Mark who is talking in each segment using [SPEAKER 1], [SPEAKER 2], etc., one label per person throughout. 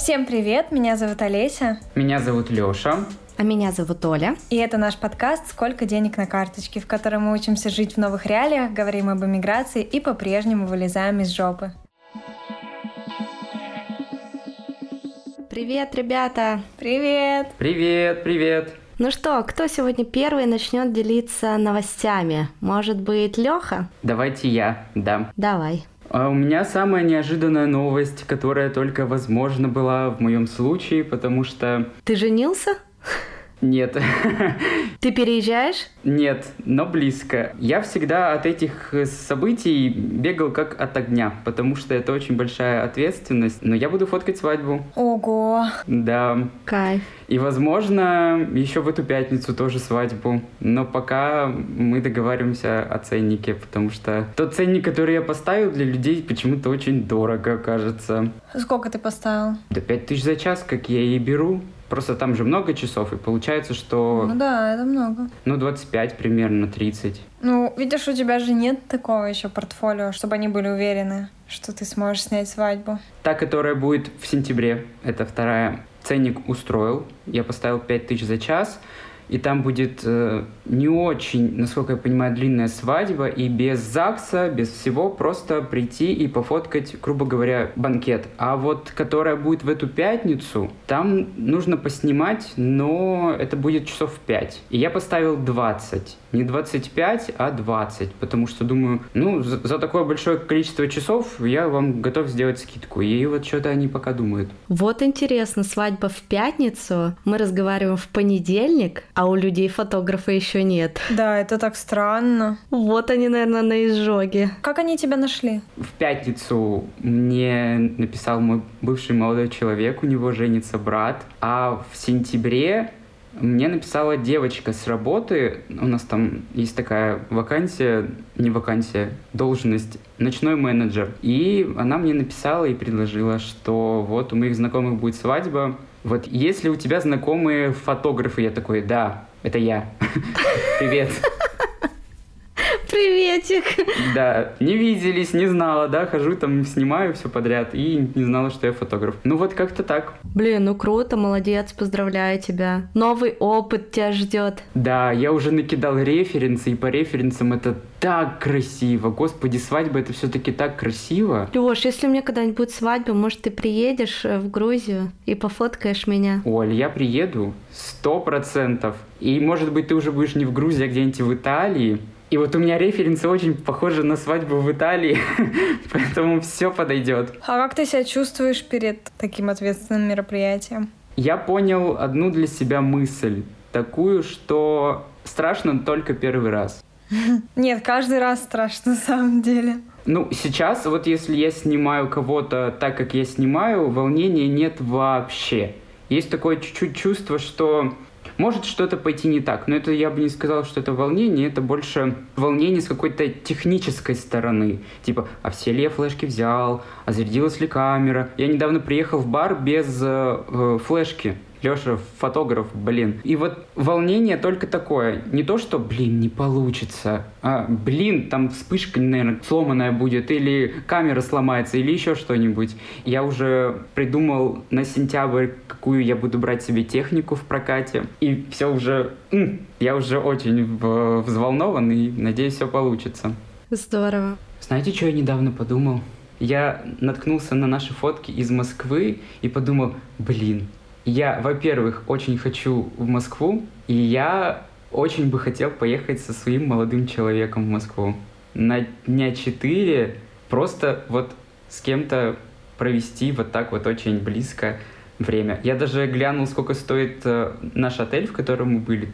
[SPEAKER 1] Всем привет, меня зовут Олеся.
[SPEAKER 2] Меня зовут Лёша.
[SPEAKER 3] А меня зовут Оля.
[SPEAKER 1] И это наш подкаст «Сколько денег на карточке», в котором мы учимся жить в новых реалиях, говорим об эмиграции и по-прежнему вылезаем из жопы.
[SPEAKER 3] Привет, ребята!
[SPEAKER 1] Привет!
[SPEAKER 2] Привет!
[SPEAKER 3] Ну что, кто сегодня первый начнет делиться новостями? Может быть, Лёха?
[SPEAKER 2] Давайте я, да.
[SPEAKER 3] Давай.
[SPEAKER 2] У меня самая неожиданная новость, которая только возможна была в моем случае, потому что...
[SPEAKER 3] Ты женился?
[SPEAKER 2] Нет.
[SPEAKER 3] Ты переезжаешь?
[SPEAKER 2] Нет, но близко. Я всегда от этих событий бегал как от огня, потому что это очень большая ответственность. Но я буду фоткать свадьбу.
[SPEAKER 1] Ого!
[SPEAKER 2] Да.
[SPEAKER 3] Кайф.
[SPEAKER 2] И, возможно, еще в эту пятницу тоже свадьбу. Но пока мы договариваемся о ценнике, потому что тот ценник, который я поставил, для людей почему-то очень дорого, кажется.
[SPEAKER 1] Сколько ты поставил?
[SPEAKER 2] Да 5000 за час, как я и беру. Просто там же много часов, и получается, что...
[SPEAKER 1] Ну да, это много.
[SPEAKER 2] 25 примерно, 30.
[SPEAKER 1] Ну, видишь, у тебя же нет такого еще портфолио, чтобы они были уверены, что ты сможешь снять свадьбу.
[SPEAKER 2] Та, которая будет в сентябре, это вторая. Ценник устроил. Я поставил 5000 за час. И там будет не очень, насколько я понимаю, длинная свадьба. И без ЗАГСа, без всего, просто прийти и пофоткать, грубо говоря, банкет. А вот которая будет в эту пятницу, там нужно поснимать, но это будет часов 5. И я поставил 20. Не 25, а 20. Потому что думаю, за такое большое количество часов я вам готов сделать скидку. И вот что-то они пока думают.
[SPEAKER 3] Вот интересно, свадьба в пятницу, мы разговариваем в понедельник, а у людей фотографа еще нет.
[SPEAKER 1] Да, это так странно.
[SPEAKER 3] Вот они, наверное, на изжоге.
[SPEAKER 1] Как они тебя нашли?
[SPEAKER 2] В пятницу мне написал мой бывший молодой человек, у него женится брат, а в сентябре мне написала девочка с работы, у нас там есть такая должность, ночной менеджер. И она мне написала и предложила, что вот у моих знакомых будет свадьба. Вот если у тебя знакомые фотографы, я такой, да, это я. Привет.
[SPEAKER 3] Приветик!
[SPEAKER 2] Да, не виделись, не знала, да, хожу там, снимаю все подряд и не знала, что я фотограф. Ну вот как-то так.
[SPEAKER 3] Блин, ну круто, молодец, поздравляю тебя. Новый опыт тебя ждет.
[SPEAKER 2] Да, я уже накидал референсы, и по референсам это так красиво. Господи, свадьба это все-таки так красиво.
[SPEAKER 3] Лёш, если у меня когда-нибудь будет свадьба, может, ты приедешь в Грузию и пофоткаешь меня?
[SPEAKER 2] Оль, я приеду 100%. И может быть ты уже будешь не в Грузии, а где-нибудь в Италии. И вот у меня референсы очень похожи на свадьбу в Италии, поэтому все подойдет.
[SPEAKER 1] А как ты себя чувствуешь перед таким ответственным мероприятием?
[SPEAKER 2] Я понял одну для себя мысль, такую, что страшно только первый раз.
[SPEAKER 1] Нет, каждый раз страшно на самом деле.
[SPEAKER 2] Сейчас, вот если я снимаю кого-то так, как я снимаю, волнения нет вообще. Есть такое чуть-чуть чувство, что может что-то пойти не так, но это я бы не сказал, что это волнение, это больше волнение с какой-то технической стороны. Типа, а все ли я флешки взял, а зарядилась ли камера? Я недавно приехал в бар без флешки. Лёша, фотограф, И вот волнение только такое. Не то, что, не получится, а, там вспышка, наверное, сломанная будет, или камера сломается, или еще что-нибудь. Я уже придумал на сентябрь, какую я буду брать себе технику в прокате. И все уже... Я уже очень взволнован, и надеюсь, все получится.
[SPEAKER 3] Здорово.
[SPEAKER 2] Знаете, что я недавно подумал? Я наткнулся на наши фотки из Москвы и подумал, я, во-первых, очень хочу в Москву, и я очень бы хотел поехать со своим молодым человеком в Москву. На дня 4 просто вот с кем-то провести вот так вот очень близко время. Я даже глянул, сколько стоит наш отель, в котором мы были.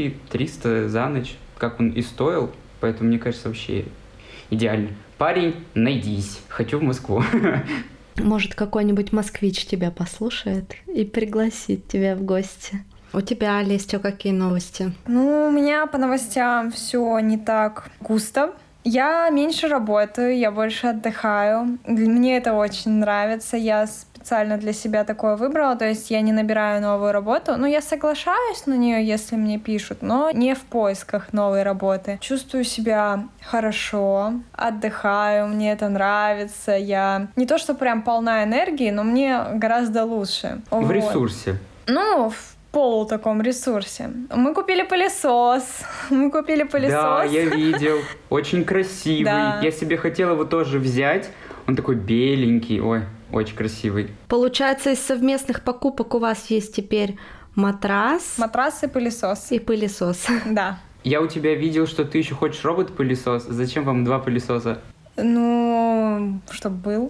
[SPEAKER 2] 300 за ночь, как он и стоил. Поэтому, мне кажется, вообще идеально. Парень, найдись. Хочу в Москву.
[SPEAKER 3] Может, какой-нибудь москвич тебя послушает и пригласит тебя в гости. У тебя, Олесь, какие новости?
[SPEAKER 1] У меня по новостям все не так густо. Я меньше работаю, я больше отдыхаю. Мне это очень нравится. Я с специально для себя такое выбрала, то есть я не набираю новую работу, но я соглашаюсь на нее, если мне пишут, но не в поисках новой работы. Чувствую себя хорошо, отдыхаю, мне это нравится, я не то что прям полна энергии, но мне гораздо лучше.
[SPEAKER 2] В ресурсе.
[SPEAKER 1] Ну, в таком ресурсе. Мы купили пылесос.
[SPEAKER 2] Да, я видел. Очень красивый.
[SPEAKER 1] Да.
[SPEAKER 2] Я себе хотела его тоже взять. Он такой беленький. Ой, очень красивый.
[SPEAKER 3] Получается, из совместных покупок у вас есть теперь матрас
[SPEAKER 1] и пылесос.
[SPEAKER 3] И пылесос.
[SPEAKER 1] Да.
[SPEAKER 2] Я у тебя видел, что ты еще хочешь робот-пылесос. Зачем вам 2 пылесоса?
[SPEAKER 1] Ну, чтоб был.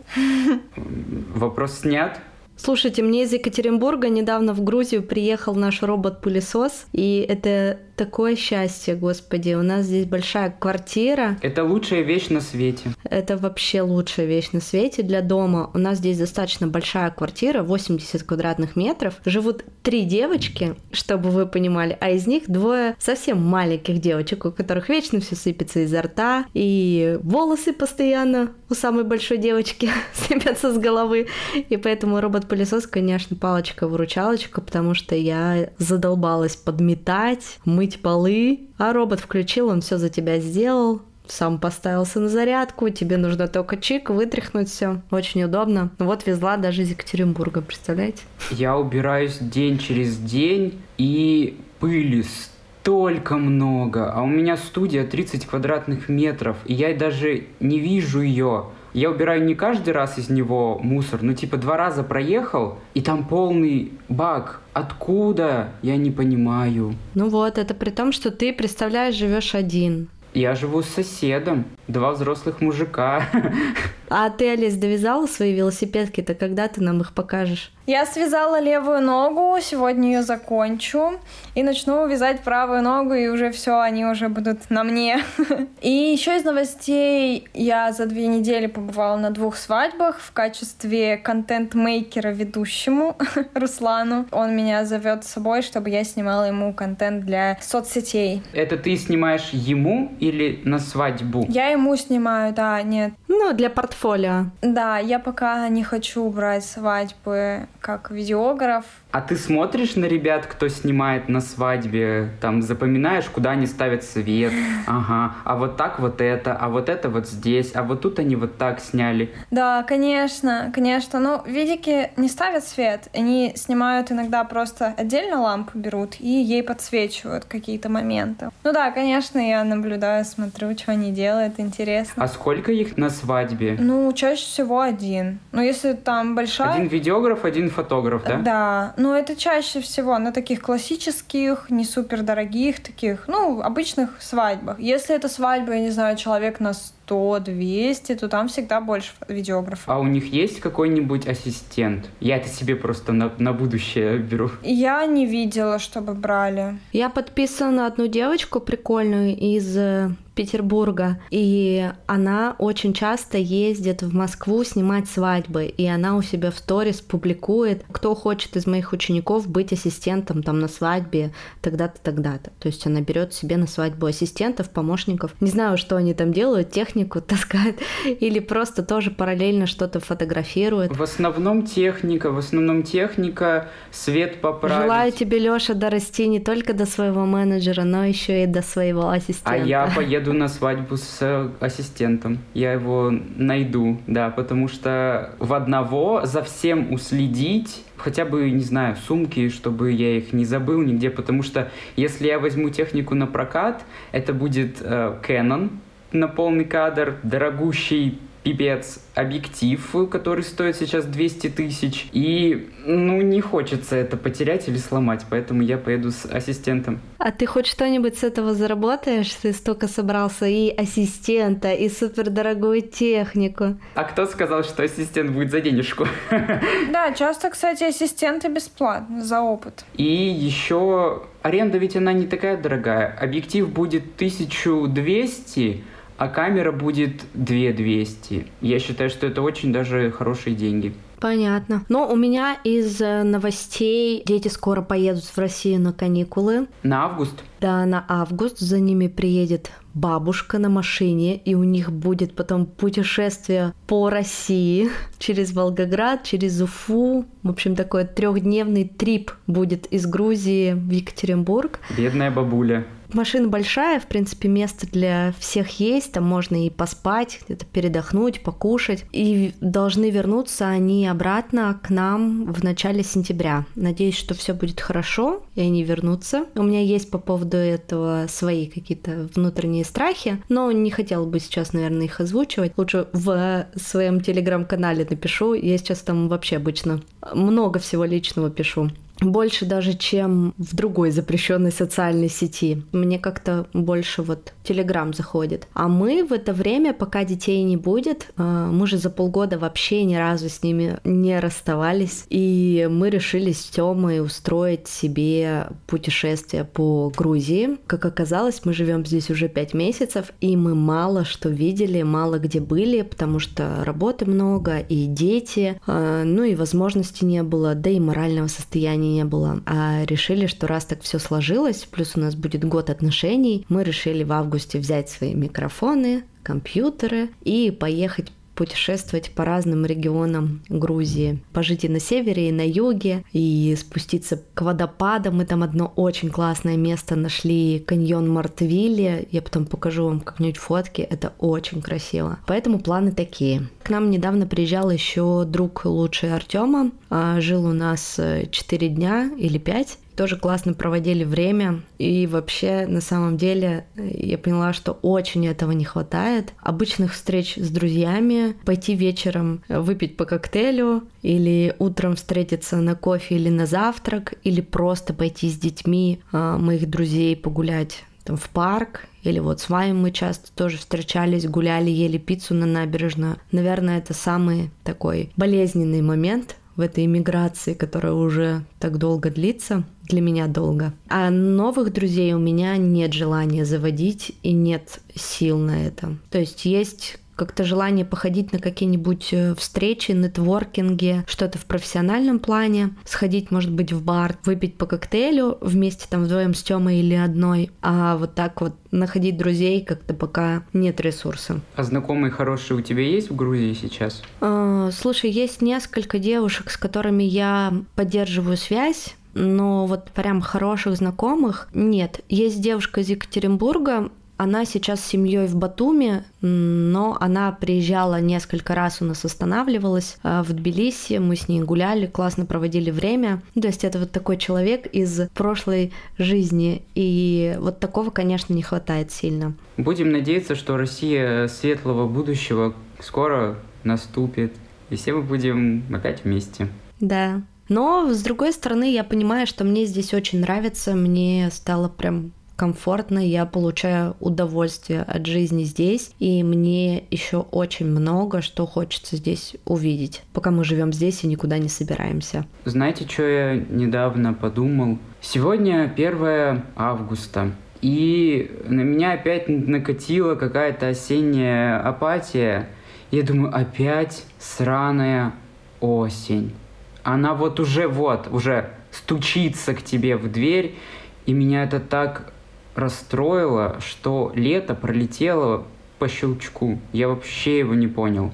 [SPEAKER 2] Вопрос снят.
[SPEAKER 3] Слушайте, мне из Екатеринбурга недавно в Грузию приехал наш робот-пылесос, и это такое счастье, господи. У нас здесь большая квартира.
[SPEAKER 2] Это лучшая вещь на свете.
[SPEAKER 3] Это вообще лучшая вещь на свете для дома. У нас здесь достаточно большая квартира, 80 квадратных метров. Живут 3 девочки, чтобы вы понимали, а из них 2 совсем маленьких девочек, у которых вечно все сыпется изо рта, и волосы постоянно у самой большой девочки сыпятся с головы. И поэтому робот-пылесос, конечно, палочка-выручалочка, потому что я задолбалась подметать, мыть полы, а робот включил, он все за тебя сделал, сам поставился на зарядку, тебе нужно только чик, вытряхнуть все. Очень удобно. Вот везла даже из Екатеринбурга, представляете?
[SPEAKER 2] Я убираюсь день через день, и пыли столько много. А у меня студия 30 квадратных метров, и я даже не вижу ее. Я убираю не каждый раз из него мусор, но типа 2 раза проехал, и там полный бак. Откуда? Я не понимаю.
[SPEAKER 3] Ну вот, это при том, что ты, представляешь, живешь один.
[SPEAKER 2] Я живу с соседом, 2 взрослых мужика.
[SPEAKER 3] А ты, Алис, довязала свои велосипедки-то? Когда ты нам их покажешь?
[SPEAKER 1] Я связала левую ногу, сегодня ее закончу и начну вязать правую ногу, и уже все, они уже будут на мне. И еще из новостей я за 2 недели побывала на 2 свадьбах в качестве контент-мейкера ведущему Руслану. Он меня зовет с собой, чтобы я снимала ему контент для соцсетей.
[SPEAKER 2] Это ты снимаешь ему или на свадьбу?
[SPEAKER 1] Я ему снимаю, да, нет.
[SPEAKER 3] Ну, для портфолио.
[SPEAKER 1] Да, я пока не хочу брать свадьбы как видеограф.
[SPEAKER 2] А ты смотришь на ребят, кто снимает на свадьбе, там запоминаешь, куда они ставят свет, ага, а вот так вот это, а вот это вот здесь, а вот тут они вот так сняли.
[SPEAKER 1] Да, конечно, конечно, но видики не ставят свет, они снимают иногда просто отдельно лампу берут и ей подсвечивают какие-то моменты. Ну да, конечно, я наблюдаю, смотрю, что они делают, интересно.
[SPEAKER 2] А сколько их на свадьбе?
[SPEAKER 1] Ну, чаще всего 1. Ну, если там большая...
[SPEAKER 2] 1 видеограф, 1 фотограф, да?
[SPEAKER 1] Да. Но это чаще всего на таких классических, не супер дорогих таких, ну, обычных свадьбах. Если это свадьба, я не знаю, человек на 100-200, то там всегда больше видеографов.
[SPEAKER 2] А у них есть какой-нибудь ассистент? Я это себе просто на будущее беру.
[SPEAKER 1] Я не видела, чтобы брали.
[SPEAKER 3] Я подписана на одну девочку прикольную из Петербурга, и она очень часто ездит в Москву снимать свадьбы, и она у себя в сторис публикует, кто хочет из моих учеников быть ассистентом там на свадьбе тогда-то, тогда-то. То есть она берет себе на свадьбу ассистентов, помощников. Не знаю, что они там делают, технику таскают, или просто тоже параллельно что-то фотографируют.
[SPEAKER 2] В основном техника, свет поправить.
[SPEAKER 3] Желаю тебе, Лёша, дорасти не только до своего менеджера, но еще и до своего ассистента.
[SPEAKER 2] А я поеду на свадьбу с ассистентом. Я его найду, да, потому что в одного за всем уследить, хотя бы, не знаю, сумки, чтобы я их не забыл нигде, потому что если я возьму технику на прокат, это будет Canon на полный кадр, дорогущий пипец объектив, который стоит сейчас 200 тысяч. И, не хочется это потерять или сломать, поэтому я поеду с ассистентом.
[SPEAKER 3] А ты хоть что-нибудь с этого заработаешь? Ты столько собрался и ассистента, и супердорогую технику.
[SPEAKER 2] А кто сказал, что ассистент будет за денежку?
[SPEAKER 1] Да, часто, кстати, ассистенты бесплатно за опыт.
[SPEAKER 2] И еще аренда ведь она не такая дорогая. Объектив будет 1200, а камера будет 2200. Я считаю, что это очень даже хорошие деньги.
[SPEAKER 3] Понятно. Но у меня из новостей дети скоро поедут в Россию на каникулы.
[SPEAKER 2] На август?
[SPEAKER 3] Да, на август. За ними приедет бабушка на машине, и у них будет потом путешествие по России через Волгоград, через Уфу. В общем, такой 3-дневный трип будет из Грузии в Екатеринбург.
[SPEAKER 2] Бедная бабуля.
[SPEAKER 3] Машина большая, в принципе, место для всех есть, там можно и поспать, где-то передохнуть, покушать. И должны вернуться они обратно к нам в начале сентября. Надеюсь, что все будет хорошо, и они вернутся. У меня есть по поводу этого свои какие-то внутренние страхи, но не хотела бы сейчас, наверное, их озвучивать. Лучше в своем телеграм-канале напишу. Я сейчас там вообще обычно много всего личного пишу. Больше даже, чем в другой запрещенной социальной сети. Мне как-то больше вот Телеграм заходит. А мы в это время, пока детей не будет, мы же за полгода вообще ни разу с ними не расставались. И мы решили с Тёмой устроить себе путешествие по Грузии. Как оказалось, мы живем здесь уже 5 месяцев, и мы мало что видели, мало где были, потому что работы много, и дети, ну и возможности не было, да и морального состояния не было. А решили, что раз так все сложилось, плюс у нас будет год отношений, мы решили в августе взять свои микрофоны, компьютеры и поехать путешествовать по разным регионам Грузии. Пожить и на севере, и на юге, и спуститься к водопадам. Мы там одно очень классное место нашли, каньон Мартвили. Я потом покажу вам как-нибудь фотки. Это очень красиво. Поэтому планы такие. К нам недавно приезжал еще друг лучший Артема. Жил у нас 4 дня или 5. Тоже классно проводили время, и вообще, на самом деле, я поняла, что очень этого не хватает. Обычных встреч с друзьями, пойти вечером выпить по коктейлю, или утром встретиться на кофе или на завтрак, или просто пойти с детьми моих друзей погулять там в парк, или вот с вами мы часто тоже встречались, гуляли, ели пиццу на набережную. Наверное, это самый такой болезненный момент в этой эмиграции, которая уже так долго длится, для меня долго. А новых друзей у меня нет желания заводить и нет сил на это. То есть как-то желание походить на какие-нибудь встречи, нетворкинги, что-то в профессиональном плане, сходить, может быть, в бар, выпить по коктейлю вместе там вдвоем с Тёмой или одной, а вот так вот находить друзей как-то пока нет ресурса.
[SPEAKER 2] А знакомые хорошие у тебя есть в Грузии сейчас?
[SPEAKER 3] Слушай, есть несколько девушек, с которыми я поддерживаю связь, но вот прям хороших знакомых нет. Есть девушка из Екатеринбурга, она сейчас с семьей в Батуми, но она приезжала несколько раз, у нас останавливалась в Тбилиси, мы с ней гуляли, классно проводили время. То есть это вот такой человек из прошлой жизни, и вот такого, конечно, не хватает сильно.
[SPEAKER 2] Будем надеяться, что Россия светлого будущего скоро наступит, и все мы будем опять вместе.
[SPEAKER 3] Да. Но, с другой стороны, я понимаю, что мне здесь очень нравится, мне стало прям комфортно, я получаю удовольствие от жизни здесь, и мне еще очень много что хочется здесь увидеть, пока мы живем здесь и никуда не собираемся.
[SPEAKER 2] Знаете, что я недавно подумал? Сегодня 1 августа, и на меня опять накатила какая-то осенняя апатия. Я думаю, опять сраная осень. Она вот уже стучится к тебе в дверь, и меня это так расстроило, что лето пролетело по щелчку. Я вообще его не понял.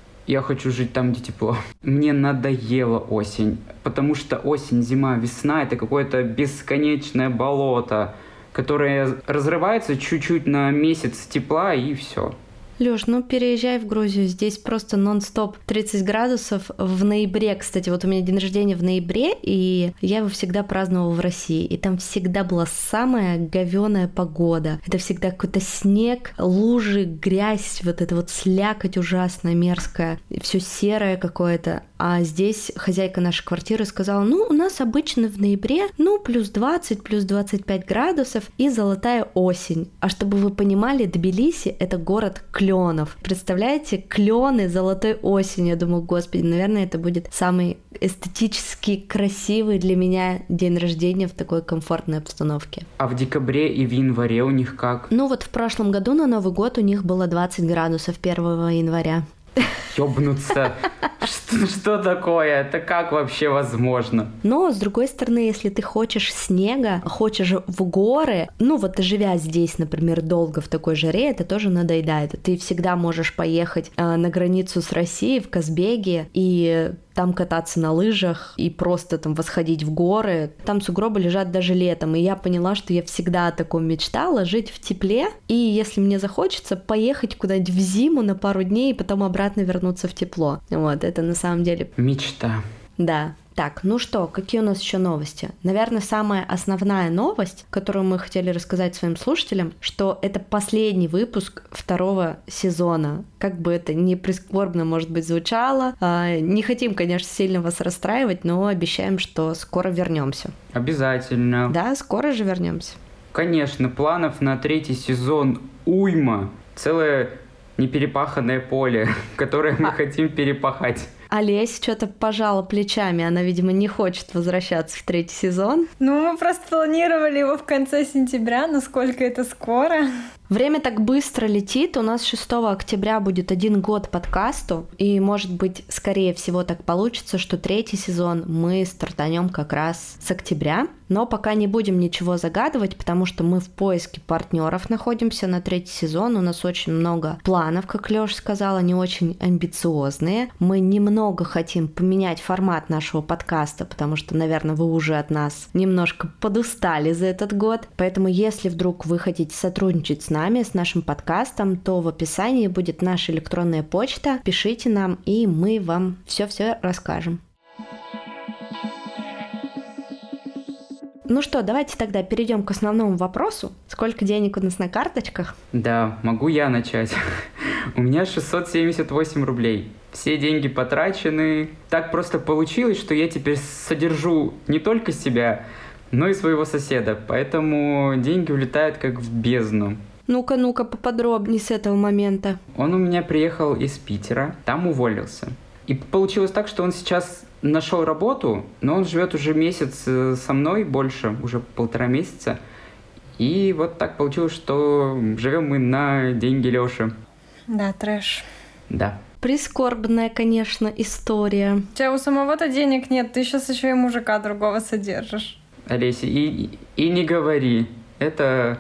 [SPEAKER 2] Я хочу жить там, где тепло. Мне надоела осень, потому что осень, зима, весна — это какое-то бесконечное болото, которое разрывается чуть-чуть на месяц тепла, и все.
[SPEAKER 3] Лёш, переезжай в Грузию, здесь просто нон-стоп 30 градусов в ноябре. Кстати, вот у меня день рождения в ноябре, и я его всегда праздновала в России, и там всегда была самая говёная погода. Это всегда какой-то снег, лужи, грязь, вот эта вот слякоть ужасная, мерзкая, все серое какое-то. А здесь хозяйка нашей квартиры сказала, у нас обычно в ноябре, плюс 20, плюс 25 градусов и золотая осень. А чтобы вы понимали, Тбилиси — это город кленов. Представляете, клены золотой осени. Я думаю, господи, наверное, это будет самый эстетически красивый для меня день рождения в такой комфортной обстановке.
[SPEAKER 2] А в декабре и в январе у них как?
[SPEAKER 3] В прошлом году на Новый год у них было 20 градусов 1 января.
[SPEAKER 2] ёбнуться. Что такое? Это как вообще возможно?
[SPEAKER 3] Но, с другой стороны, если ты хочешь снега, хочешь в горы, вот живя здесь, например, долго в такой жаре, это тоже надоедает. Ты всегда можешь поехать на границу с Россией, в Казбеге, и там кататься на лыжах и просто там восходить в горы. Там сугробы лежат даже летом, и я поняла, что я всегда о таком мечтала, жить в тепле, и если мне захочется, поехать куда-нибудь в зиму на пару дней и потом обратно вернуться в тепло. Вот, это на самом деле...
[SPEAKER 2] Мечта.
[SPEAKER 3] Да. Так, ну что, какие у нас еще новости? Наверное, самая основная новость, которую мы хотели рассказать своим слушателям, что это последний выпуск 2 сезона. Как бы это ни прискорбно, может быть, звучало. Не хотим, конечно, сильно вас расстраивать, но обещаем, что скоро вернемся.
[SPEAKER 2] Обязательно.
[SPEAKER 3] Да, скоро же вернемся.
[SPEAKER 2] Конечно, планов на 3 сезон уйма. Целое неперепаханное поле, которое мы хотим перепахать.
[SPEAKER 3] Олесь что-то пожала плечами, она, видимо, не хочет возвращаться в 3 сезон.
[SPEAKER 1] Мы просто планировали его в конце сентября, насколько это скоро.
[SPEAKER 3] Время так быстро летит, у нас 6 октября будет 1 год подкасту, и, может быть, скорее всего так получится, что 3 сезон мы стартанем как раз с октября, но пока не будем ничего загадывать, потому что мы в поиске партнеров находимся на 3 сезон, у нас очень много планов, как Лёша сказал, они очень амбициозные, мы немного хотим поменять формат нашего подкаста, потому что, наверное, вы уже от нас немножко подустали за этот год, поэтому если вдруг вы хотите сотрудничать с нашим подкастом, то в описании будет наша электронная почта. Пишите нам, и мы вам все-все расскажем. Ну что, давайте тогда перейдем к основному вопросу. Сколько денег у нас на карточках?
[SPEAKER 2] Да, могу я начать. У меня 678 рублей. Все деньги потрачены. Так просто получилось, что я теперь содержу не только себя, но и своего соседа. Поэтому деньги улетают как в бездну.
[SPEAKER 3] Ну-ка, поподробнее с этого момента.
[SPEAKER 2] Он у меня приехал из Питера, там уволился. И получилось так, что он сейчас нашел работу, но он живет уже месяц со мной, больше, уже 1,5 месяца. И вот так получилось, что живем мы на деньги Лёши.
[SPEAKER 1] Да, трэш.
[SPEAKER 2] Да.
[SPEAKER 3] Прискорбная, конечно, история.
[SPEAKER 1] У тебя у самого-то денег нет, ты сейчас еще и мужика другого содержишь.
[SPEAKER 2] Олеся, и не говори. Это...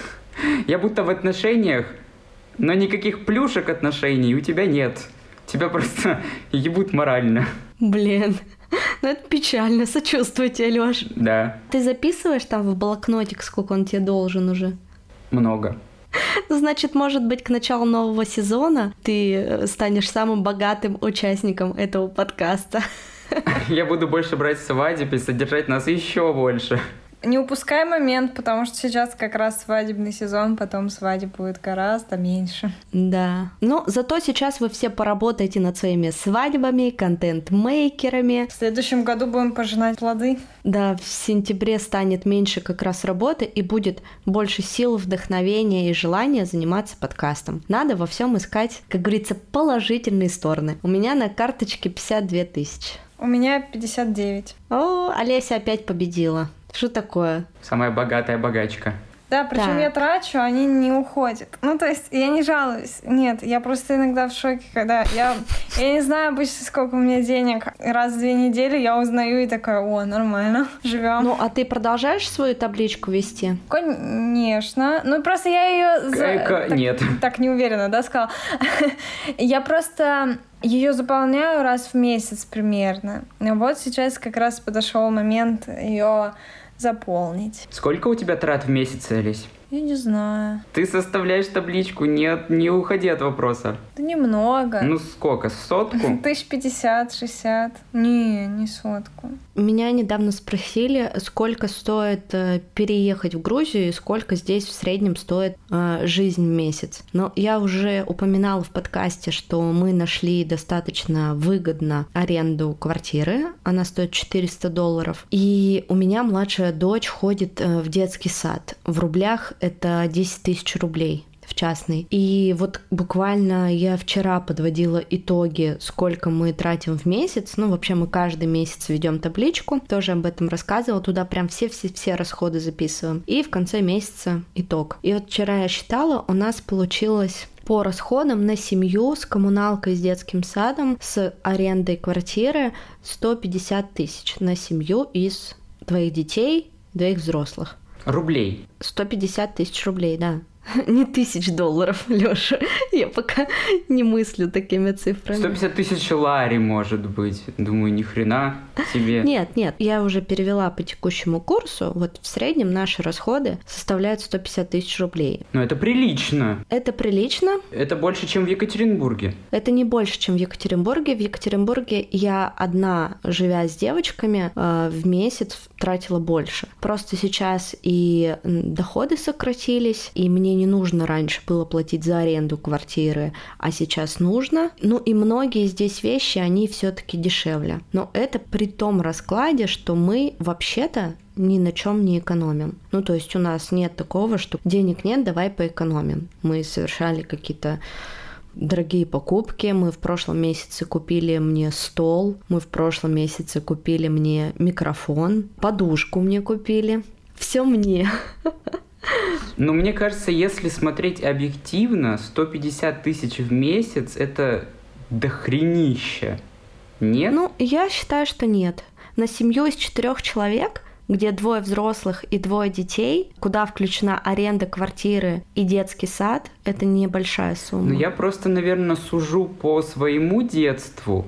[SPEAKER 2] Я будто в отношениях, но никаких плюшек отношений у тебя нет. Тебя просто ебут морально.
[SPEAKER 3] Блин, это печально, сочувствую тебе, Лёш.
[SPEAKER 2] Да.
[SPEAKER 3] Ты записываешь там в блокнотик, сколько он тебе должен уже?
[SPEAKER 2] Много.
[SPEAKER 3] Значит, может быть, к началу нового сезона ты станешь самым богатым участником этого подкаста.
[SPEAKER 2] Я буду больше брать свадеб и содержать нас еще больше.
[SPEAKER 1] Не упускай момент, потому что сейчас как раз свадебный сезон, потом свадеб будет гораздо меньше.
[SPEAKER 3] Да. Но зато сейчас вы все поработаете над своими свадьбами, контент-мейкерами.
[SPEAKER 1] В следующем году будем пожинать плоды.
[SPEAKER 3] Да, в сентябре станет меньше как раз работы и будет больше сил, вдохновения и желания заниматься подкастом. Надо во всем искать, как говорится, положительные стороны. У меня на карточке 52 тысячи.
[SPEAKER 1] У меня 59.
[SPEAKER 3] О, Олеся опять победила. Что такое?
[SPEAKER 2] Самая богатая богачка.
[SPEAKER 1] Да, причем я трачу, они не уходят. То есть я не жалуюсь. Нет, я просто иногда в шоке, когда я не знаю обычно, сколько у меня денег. Раз в 2 недели я узнаю и такая: о, нормально, живем.
[SPEAKER 3] Ну, а ты продолжаешь свою табличку вести?
[SPEAKER 1] Конечно. Просто я ее
[SPEAKER 2] Нет.
[SPEAKER 1] Так не уверена, да, сказала. Я просто ее заполняю раз в месяц примерно. Вот сейчас как раз подошел момент ее заполнить.
[SPEAKER 2] Сколько у тебя трат в месяц, Олесь?
[SPEAKER 1] Я не знаю.
[SPEAKER 2] Ты составляешь табличку, нет, не уходи от вопроса.
[SPEAKER 1] Да немного.
[SPEAKER 2] Ну сколько, 100?
[SPEAKER 1] 1050-60. Не 100.
[SPEAKER 3] Меня недавно спросили, сколько стоит переехать в Грузию и сколько здесь в среднем стоит жизнь в месяц. Но я уже упоминала в подкасте, что мы нашли достаточно выгодно аренду квартиры. Она стоит $400. И у меня младшая дочь ходит в детский сад. В рублях это 10 тысяч рублей в частный. И вот буквально я вчера подводила итоги, сколько мы тратим в месяц. Вообще мы каждый месяц ведем табличку, тоже об этом рассказывала, туда прям все расходы записываем. И в конце месяца итог. И вот вчера я считала, у нас получилось по расходам на семью с коммуналкой, с детским садом, с арендой квартиры 150 тысяч на семью из твоих детей, двоих взрослых.
[SPEAKER 2] Рублей.
[SPEAKER 3] 150 тысяч рублей, да. Не $1000, Лёша. Я пока не мыслю такими цифрами.
[SPEAKER 2] 150 тысяч лари, может быть. Думаю, ни хрена себе.
[SPEAKER 3] Нет, я уже перевела по текущему курсу. Вот в среднем наши расходы составляют 150 тысяч рублей.
[SPEAKER 2] Но это прилично.
[SPEAKER 3] Это прилично.
[SPEAKER 2] Это больше, чем в Екатеринбурге.
[SPEAKER 3] Это не больше, чем в Екатеринбурге. В Екатеринбурге я одна, живя с девочками, в месяц тратила больше. Просто сейчас и доходы сократились, и мне не нужно раньше было платить за аренду квартиры, а сейчас нужно. Ну и многие здесь вещи, они все-таки дешевле. Но это при том раскладе, что мы вообще-то ни на чем не экономим. Ну, то есть у нас нет такого, что денег нет, давай поэкономим. Мы совершали какие-то дорогие покупки. Мы в прошлом месяце купили мне стол, мы в прошлом месяце купили мне микрофон, подушку мне купили. Все мне.
[SPEAKER 2] Но мне кажется, если смотреть объективно, 150 тысяч в месяц – это дохренище. Нет?
[SPEAKER 3] Ну, я считаю, что нет. На семью из 4 человек, где 2 взрослых и 2 детей, куда включена аренда квартиры и детский сад, это небольшая сумма.
[SPEAKER 2] Ну, я просто, наверное, сужу по своему детству.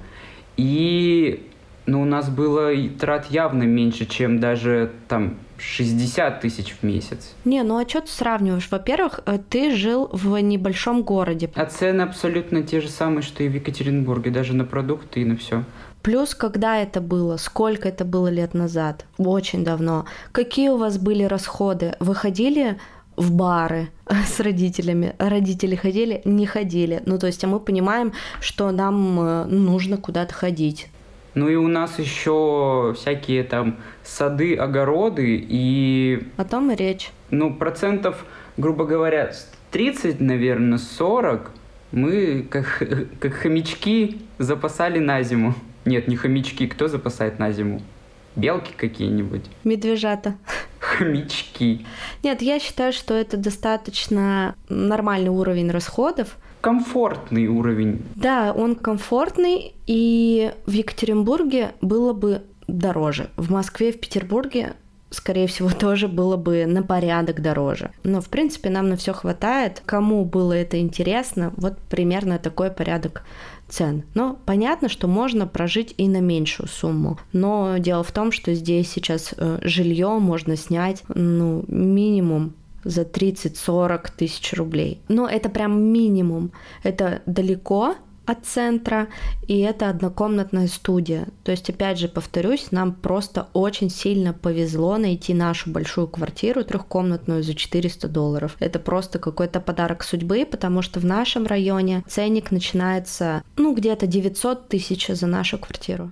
[SPEAKER 2] И у нас было трат явно меньше, чем даже там 60 тысяч в месяц.
[SPEAKER 3] Не, ну а что ты сравниваешь? Во-первых, ты жил в небольшом городе.
[SPEAKER 2] А цены абсолютно те же самые, что и в Екатеринбурге, даже на продукты и на все.
[SPEAKER 3] Плюс, когда это было? Сколько это было лет назад? Очень давно. Какие у вас были расходы? Вы ходили в бары с родителями? Родители ходили? Не ходили. Ну, то есть, а мы понимаем, что нам нужно куда-то ходить.
[SPEAKER 2] Ну и у нас еще всякие там сады, огороды и...
[SPEAKER 3] О том и речь.
[SPEAKER 2] Ну, процентов, грубо говоря, 30, наверное, 40 мы, как хомячки, запасали на зиму. Нет, не хомячки. Кто запасает на зиму? Белки какие-нибудь?
[SPEAKER 3] Медвежата.
[SPEAKER 2] Хомячки.
[SPEAKER 3] Нет, я считаю, что это достаточно нормальный уровень расходов.
[SPEAKER 2] Комфортный уровень.
[SPEAKER 3] Да, он комфортный, и в Екатеринбурге было бы дороже. В Москве, в Петербурге, скорее всего, тоже было бы на порядок дороже. Но, в принципе, нам на все хватает. Кому было это интересно, вот примерно такой порядок цен. Но понятно, что можно прожить и на меньшую сумму. Но дело в том, что здесь сейчас жилье можно снять, минимум за 30-40 тысяч рублей. Но это прям минимум. Это далеко от центра, и это однокомнатная студия. То есть, опять же, повторюсь, нам просто очень сильно повезло найти нашу большую квартиру 3-комнатную за $400. Это просто какой-то подарок судьбы, потому что в нашем районе ценник начинается, где-то 900 тысяч за нашу квартиру.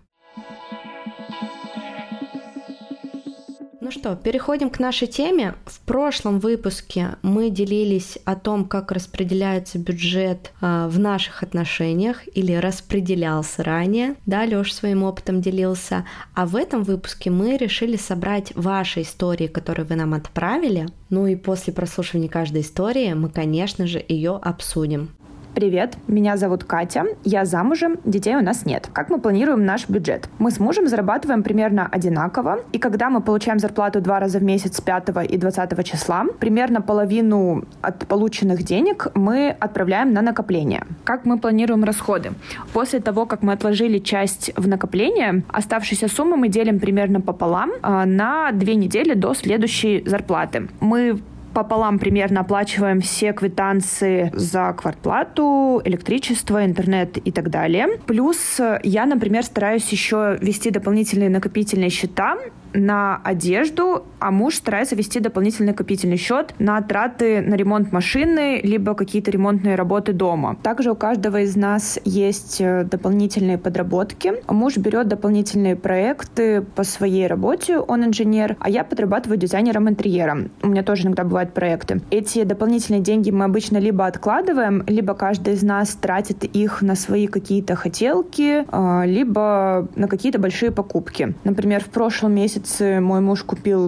[SPEAKER 3] Ну что, переходим к нашей теме. В прошлом выпуске мы делились о том, как распределяется бюджет в наших отношениях или распределялся ранее. Да, Лёш своим опытом делился. А в этом выпуске мы решили собрать ваши истории, которые вы нам отправили. Ну и после прослушивания каждой истории мы, конечно же, ее обсудим.
[SPEAKER 4] Привет, меня зовут Катя, я замужем, детей у нас нет. Как мы планируем наш бюджет? Мы с мужем зарабатываем примерно одинаково, и когда мы получаем зарплату 2 раза в месяц 5 и 20 числа, примерно половину от полученных денег мы отправляем на накопление. Как мы планируем расходы? После того, как мы отложили часть в накопление, оставшиеся суммы мы делим примерно пополам на 2 недели до следующей зарплаты. Мы пополам примерно оплачиваем все квитанции за квартплату, электричество, интернет и так далее. Плюс я, например, стараюсь еще вести дополнительные накопительные счета на одежду, а муж старается вести дополнительный накопительный счет на траты на ремонт машины, либо какие-то ремонтные работы дома. Также у каждого из нас есть дополнительные подработки. Муж берет дополнительные проекты по своей работе, он инженер, а я подрабатываю дизайнером интерьера. У меня тоже иногда бывают проекты. Эти дополнительные деньги мы обычно либо откладываем, либо каждый из нас тратит их на свои какие-то хотелки, либо на какие-то большие покупки. Например, в прошлом месяце мой муж купил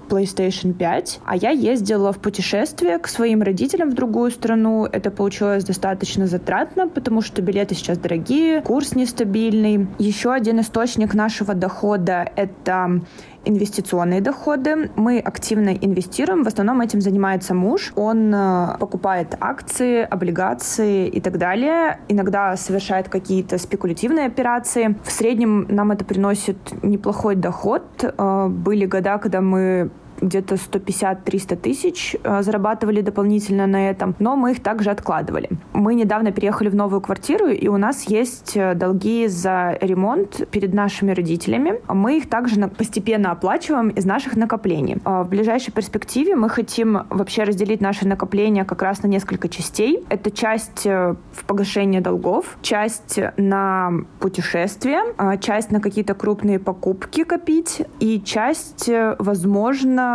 [SPEAKER 4] PlayStation 5, а я ездила в путешествие к своим родителям в другую страну. Это получилось достаточно затратно, потому что билеты сейчас дорогие, курс нестабильный. Еще один источник нашего дохода — это инвестиционные доходы. Мы активно инвестируем. В основном этим занимается муж. Он покупает акции, облигации и так далее. Иногда совершает какие-то спекулятивные операции. В среднем нам это приносит неплохой доход. Были года, когда мы где-то 150-300 тысяч зарабатывали дополнительно на этом, но мы их также откладывали. Мы недавно переехали в новую квартиру, и у нас есть долги за ремонт перед нашими родителями. Мы их также постепенно оплачиваем из наших накоплений. В ближайшей перспективе мы хотим вообще разделить наши накопления как раз на несколько частей. Это часть в погашение долгов, часть на путешествия, часть на какие-то крупные покупки копить и часть, возможно,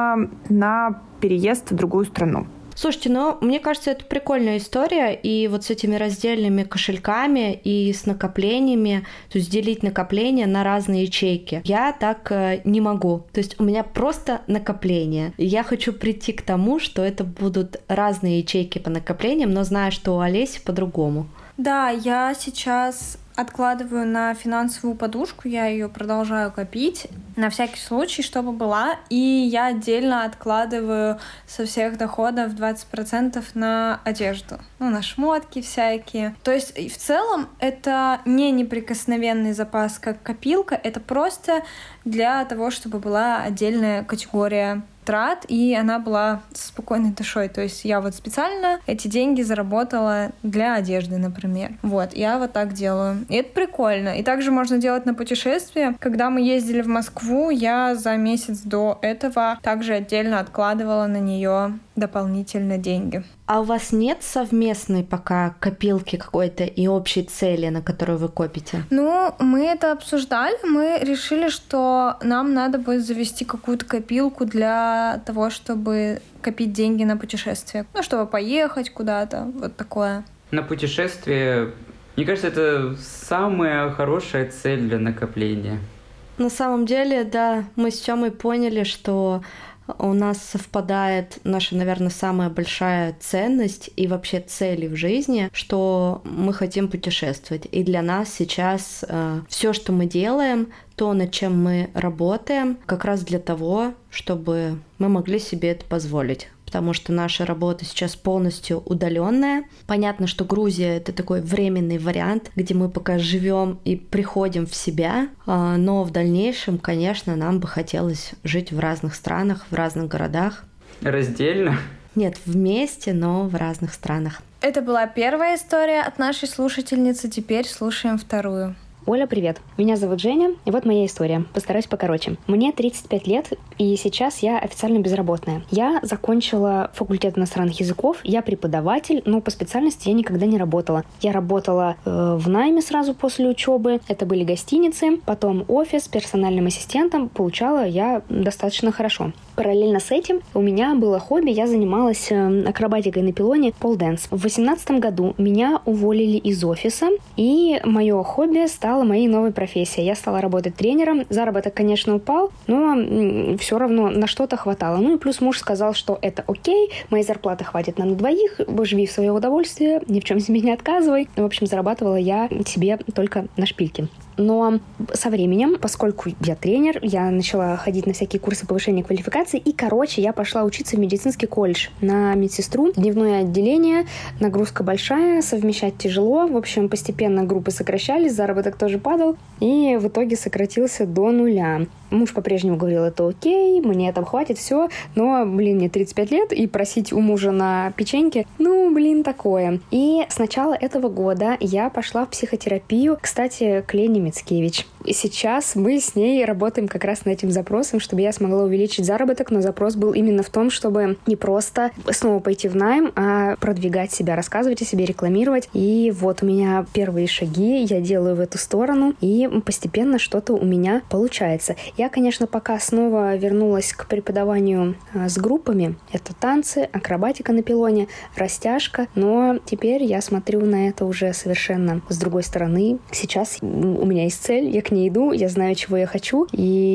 [SPEAKER 4] на переезд в другую страну.
[SPEAKER 3] Слушайте, ну, мне кажется, это прикольная история, и вот с этими раздельными кошельками и с накоплениями, то есть делить накопления на разные ячейки. Я так не могу. То есть у меня просто накопления. Я хочу прийти к тому, что это будут разные ячейки по накоплениям, но знаю, что у Олеси по-другому.
[SPEAKER 1] Да, я сейчас откладываю на финансовую подушку, я ее продолжаю копить на всякий случай, чтобы была, и я отдельно откладываю со всех доходов 20% на одежду, на шмотки всякие. То есть в целом это не неприкосновенный запас, как копилка, это просто для того, чтобы была отдельная категория трат, и она была со спокойной душой. То есть я вот специально эти деньги заработала для одежды, например. Вот, я вот так делаю. И это прикольно. И также можно делать на путешествия. Когда мы ездили в Москву, я за месяц до этого также отдельно откладывала на нее дополнительно деньги.
[SPEAKER 3] А у вас нет совместной пока копилки какой-то и общей цели, на которую вы копите?
[SPEAKER 1] Ну, мы это обсуждали, мы решили, что нам надо будет завести какую-то копилку для того, чтобы копить деньги на путешествие. Чтобы поехать куда-то, вот такое.
[SPEAKER 2] На путешествие, мне кажется, это самая хорошая цель для накопления.
[SPEAKER 3] На самом деле, да, мы с Тёмой поняли, что у нас совпадает наша, наверное, самая большая ценность и вообще цели в жизни, что мы хотим путешествовать. И для нас сейчас все, что мы делаем, то, над чем мы работаем, как раз для того, чтобы мы могли себе это позволить. Потому что наша работа сейчас полностью удаленная. Понятно, что Грузия — это такой временный вариант, где мы пока живем и приходим в себя, но в дальнейшем, конечно, нам бы хотелось жить в разных странах, в разных городах.
[SPEAKER 2] Раздельно?
[SPEAKER 3] Нет, вместе, но в разных странах.
[SPEAKER 1] Это была первая история от нашей слушательницы, теперь слушаем вторую.
[SPEAKER 5] Оля, привет. Меня зовут Женя, и вот моя история. Постараюсь покороче. Мне 35 лет, и сейчас я официально безработная. Я закончила факультет иностранных языков, я преподаватель, но по специальности я никогда не работала. Я работала в найме сразу после учебы, это были гостиницы, потом офис, персональным ассистентом, получала я достаточно хорошо. Параллельно с этим у меня было хобби, я занималась акробатикой на пилоне полденс. В 2018 году меня уволили из офиса, и мое хобби стало моей новой профессией. Я стала работать тренером. Заработок, конечно, упал, но все равно на что-то хватало. Ну и плюс муж сказал, что это окей, моей зарплаты хватит нам на двоих, живи в свое удовольствие, ни в чем себе не отказывай. В общем, зарабатывала я себе только на шпильки. Но со временем, поскольку я тренер, я начала ходить на всякие курсы повышения квалификации, и, я пошла учиться в медицинский колледж на медсестру. Дневное отделение, нагрузка большая, совмещать тяжело. В общем, постепенно группы сокращались, заработок тоже падал, и в итоге сократился до 0. Муж по-прежнему говорил, это окей, мне там хватит, все, но, мне 35 лет, и просить у мужа на печеньки, такое. И с начала этого года я пошла в психотерапию, кстати, к Лене Мицкевич. И сейчас мы с ней работаем как раз над этим запросом, чтобы я смогла увеличить заработок, но запрос был именно в том, чтобы не просто снова пойти в найм, а продвигать себя, рассказывать о себе, рекламировать. И вот у меня первые шаги, я делаю в эту сторону, и постепенно что-то у меня получается. Я Я, конечно, пока снова вернулась к преподаванию с группами. Это танцы, акробатика на пилоне, растяжка. Но теперь я смотрю на это уже совершенно с другой стороны. Сейчас у меня есть цель, я к ней иду, я знаю, чего я хочу.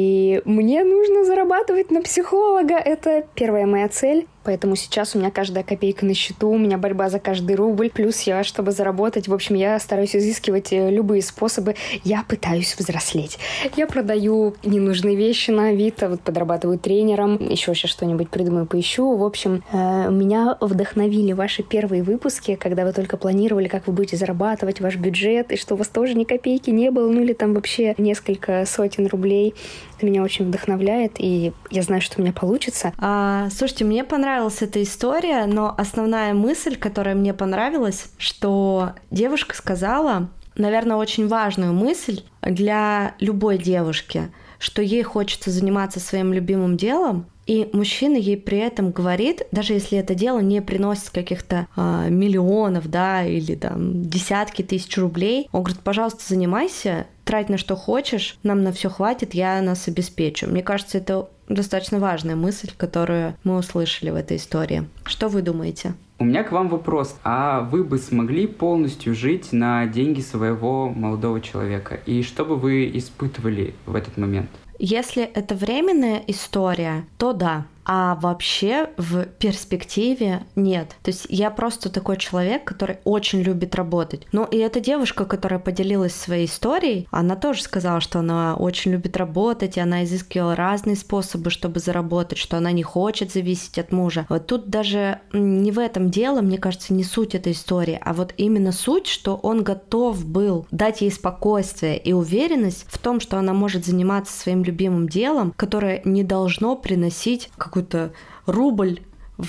[SPEAKER 5] И мне нужно зарабатывать на психолога. Это первая моя цель. Поэтому сейчас у меня каждая копейка на счету, у меня борьба за каждый рубль. Плюс я, чтобы заработать, в общем, я стараюсь изыскивать любые способы. Я пытаюсь взрослеть. Я продаю ненужные вещи на Авито, вот подрабатываю тренером, еще сейчас что-нибудь придумаю, поищу. В общем, меня вдохновили ваши первые выпуски, когда вы только планировали, как вы будете зарабатывать ваш бюджет, и что у вас тоже ни копейки не было, ну или там вообще несколько сотен рублей. Это меня очень вдохновляет, и я знаю, что у меня получится.
[SPEAKER 3] Слушайте, мне понравилась эта история, но основная мысль, которая мне понравилась, что девушка сказала, наверное, очень важную мысль для любой девушки, что ей хочется заниматься своим любимым делом, и мужчина ей при этом говорит, даже если это дело не приносит каких-то миллионов, да, или там десятки тысяч рублей, он говорит, пожалуйста, занимайся, трать на что хочешь, нам на все хватит, я нас обеспечу. Мне кажется, это достаточно важная мысль, которую мы услышали в этой истории. Что вы думаете?
[SPEAKER 2] У меня к вам вопрос. А вы бы смогли полностью жить на деньги своего молодого человека? И что бы вы испытывали в этот момент?
[SPEAKER 3] Если это временная история, то да. А вообще в перспективе нет. То есть я просто такой человек, который очень любит работать. Ну и эта девушка, которая поделилась своей историей, она тоже сказала, что она очень любит работать, и она изыскивала разные способы, чтобы заработать, что она не хочет зависеть от мужа. Вот тут даже не в этом дело, мне кажется, не суть этой истории, а вот именно суть, что он готов был дать ей спокойствие и уверенность в том, что она может заниматься своим любимым делом, которое не должно приносить какую-то рубль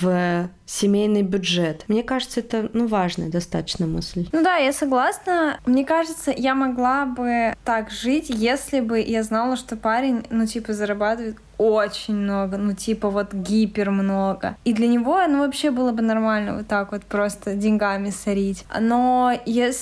[SPEAKER 3] в семейный бюджет. Мне кажется, это важная достаточно мысль.
[SPEAKER 1] Ну да, я согласна. Мне кажется, я могла бы так жить, если бы я знала, что парень, зарабатывает очень много, вот гипер много. И для него, вообще было бы нормально вот так вот просто деньгами сорить. Но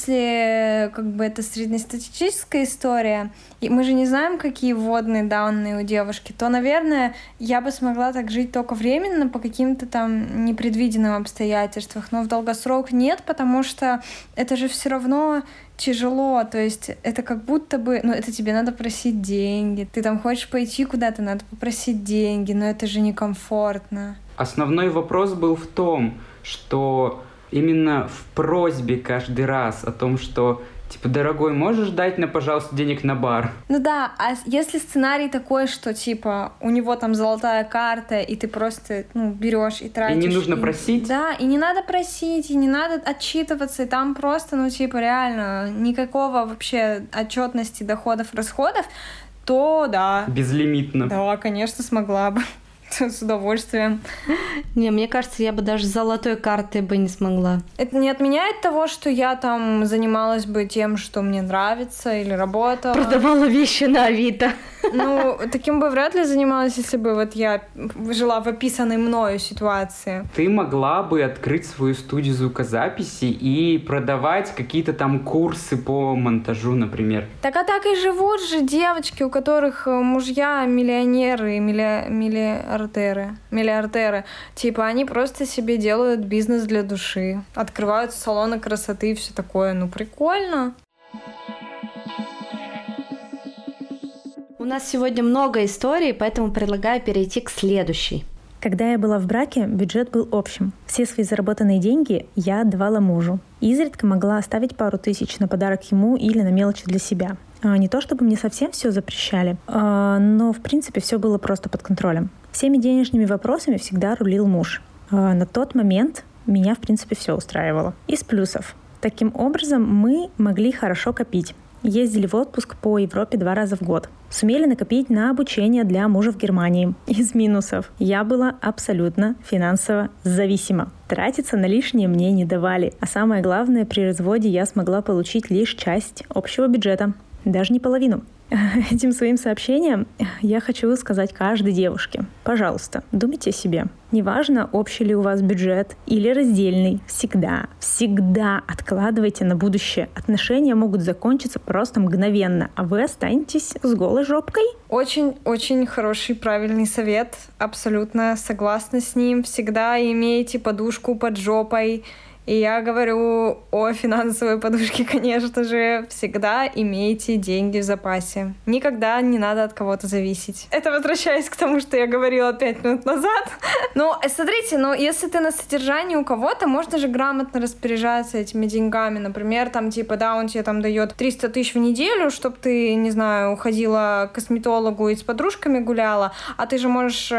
[SPEAKER 1] если это среднестатистическая история, и мы же не знаем, какие вводные данные у девушки, то, наверное, я бы смогла так жить только временно по каким-то там непредвиденным обстоятельствам. Но в долгосрок нет, потому что это же все равно тяжело, то есть это как будто бы, это тебе надо просить деньги, ты там хочешь пойти куда-то, надо попросить деньги, но это же некомфортно. Основной
[SPEAKER 2] вопрос был в том, что именно в просьбе каждый раз о том, что дорогой, можешь дать пожалуйста, денег на бар?
[SPEAKER 1] Ну да, а если сценарий такой, что у него там золотая карта, и ты просто берешь и тратишь.
[SPEAKER 2] И не нужно просить?
[SPEAKER 1] Да, и не надо просить, и не надо отчитываться, и там просто, реально никакого вообще отчетности доходов, расходов, то да.
[SPEAKER 2] Безлимитно.
[SPEAKER 1] Да, конечно, смогла бы. С удовольствием.
[SPEAKER 3] Не, мне кажется, я бы даже с золотой картой бы не смогла.
[SPEAKER 1] Это не отменяет того, что я там занималась бы тем, что мне нравится, или работала.
[SPEAKER 3] Продавала вещи на Авито.
[SPEAKER 1] Таким бы вряд ли занималась, если бы я жила в описанной мною ситуации.
[SPEAKER 2] Ты могла бы открыть свою студию звукозаписи и продавать какие-то там курсы по монтажу, например.
[SPEAKER 1] Так и живут же девочки, у которых мужья миллионеры, миллиардеры. Они просто себе делают бизнес для души. Открывают салоны красоты и все такое. Прикольно.
[SPEAKER 3] У нас сегодня много историй, поэтому предлагаю перейти к следующей.
[SPEAKER 6] Когда я была в браке, бюджет был общим. Все свои заработанные деньги я отдавала мужу. Изредка могла оставить пару тысяч на подарок ему или на мелочи для себя. Не то чтобы мне совсем все запрещали, но в принципе все было просто под контролем. Всеми денежными вопросами всегда рулил муж. На тот момент меня в принципе все устраивало. Из плюсов. Таким образом мы могли хорошо копить. Ездили в отпуск по Европе 2 раза в год. Сумели накопить на обучение для мужа в Германии. Из минусов. Я была абсолютно финансово зависима. Тратиться на лишнее мне не давали. А самое главное, при разводе я смогла получить лишь часть общего бюджета. даже не половину. Этим своим сообщением я хочу сказать каждой девушке: пожалуйста, думайте о себе. Неважно, общий ли у вас бюджет или раздельный, всегда откладывайте на будущее. Отношения могут закончиться просто мгновенно, а вы останетесь с голой жопкой.
[SPEAKER 1] Очень хороший, правильный совет. Абсолютно согласна с ним. Всегда имейте подушку под жопой. И я говорю о финансовой подушке, конечно же. Всегда имейте деньги в запасе. Никогда не надо от кого-то зависеть. Это возвращаясь к тому, что я говорила 5 минут назад. Но смотрите, если ты на содержании у кого-то, можно же грамотно распоряжаться этими деньгами. Например, он тебе там дает 300 тысяч в неделю, чтобы ты, не знаю, ходила к косметологу и с подружками гуляла, а ты же можешь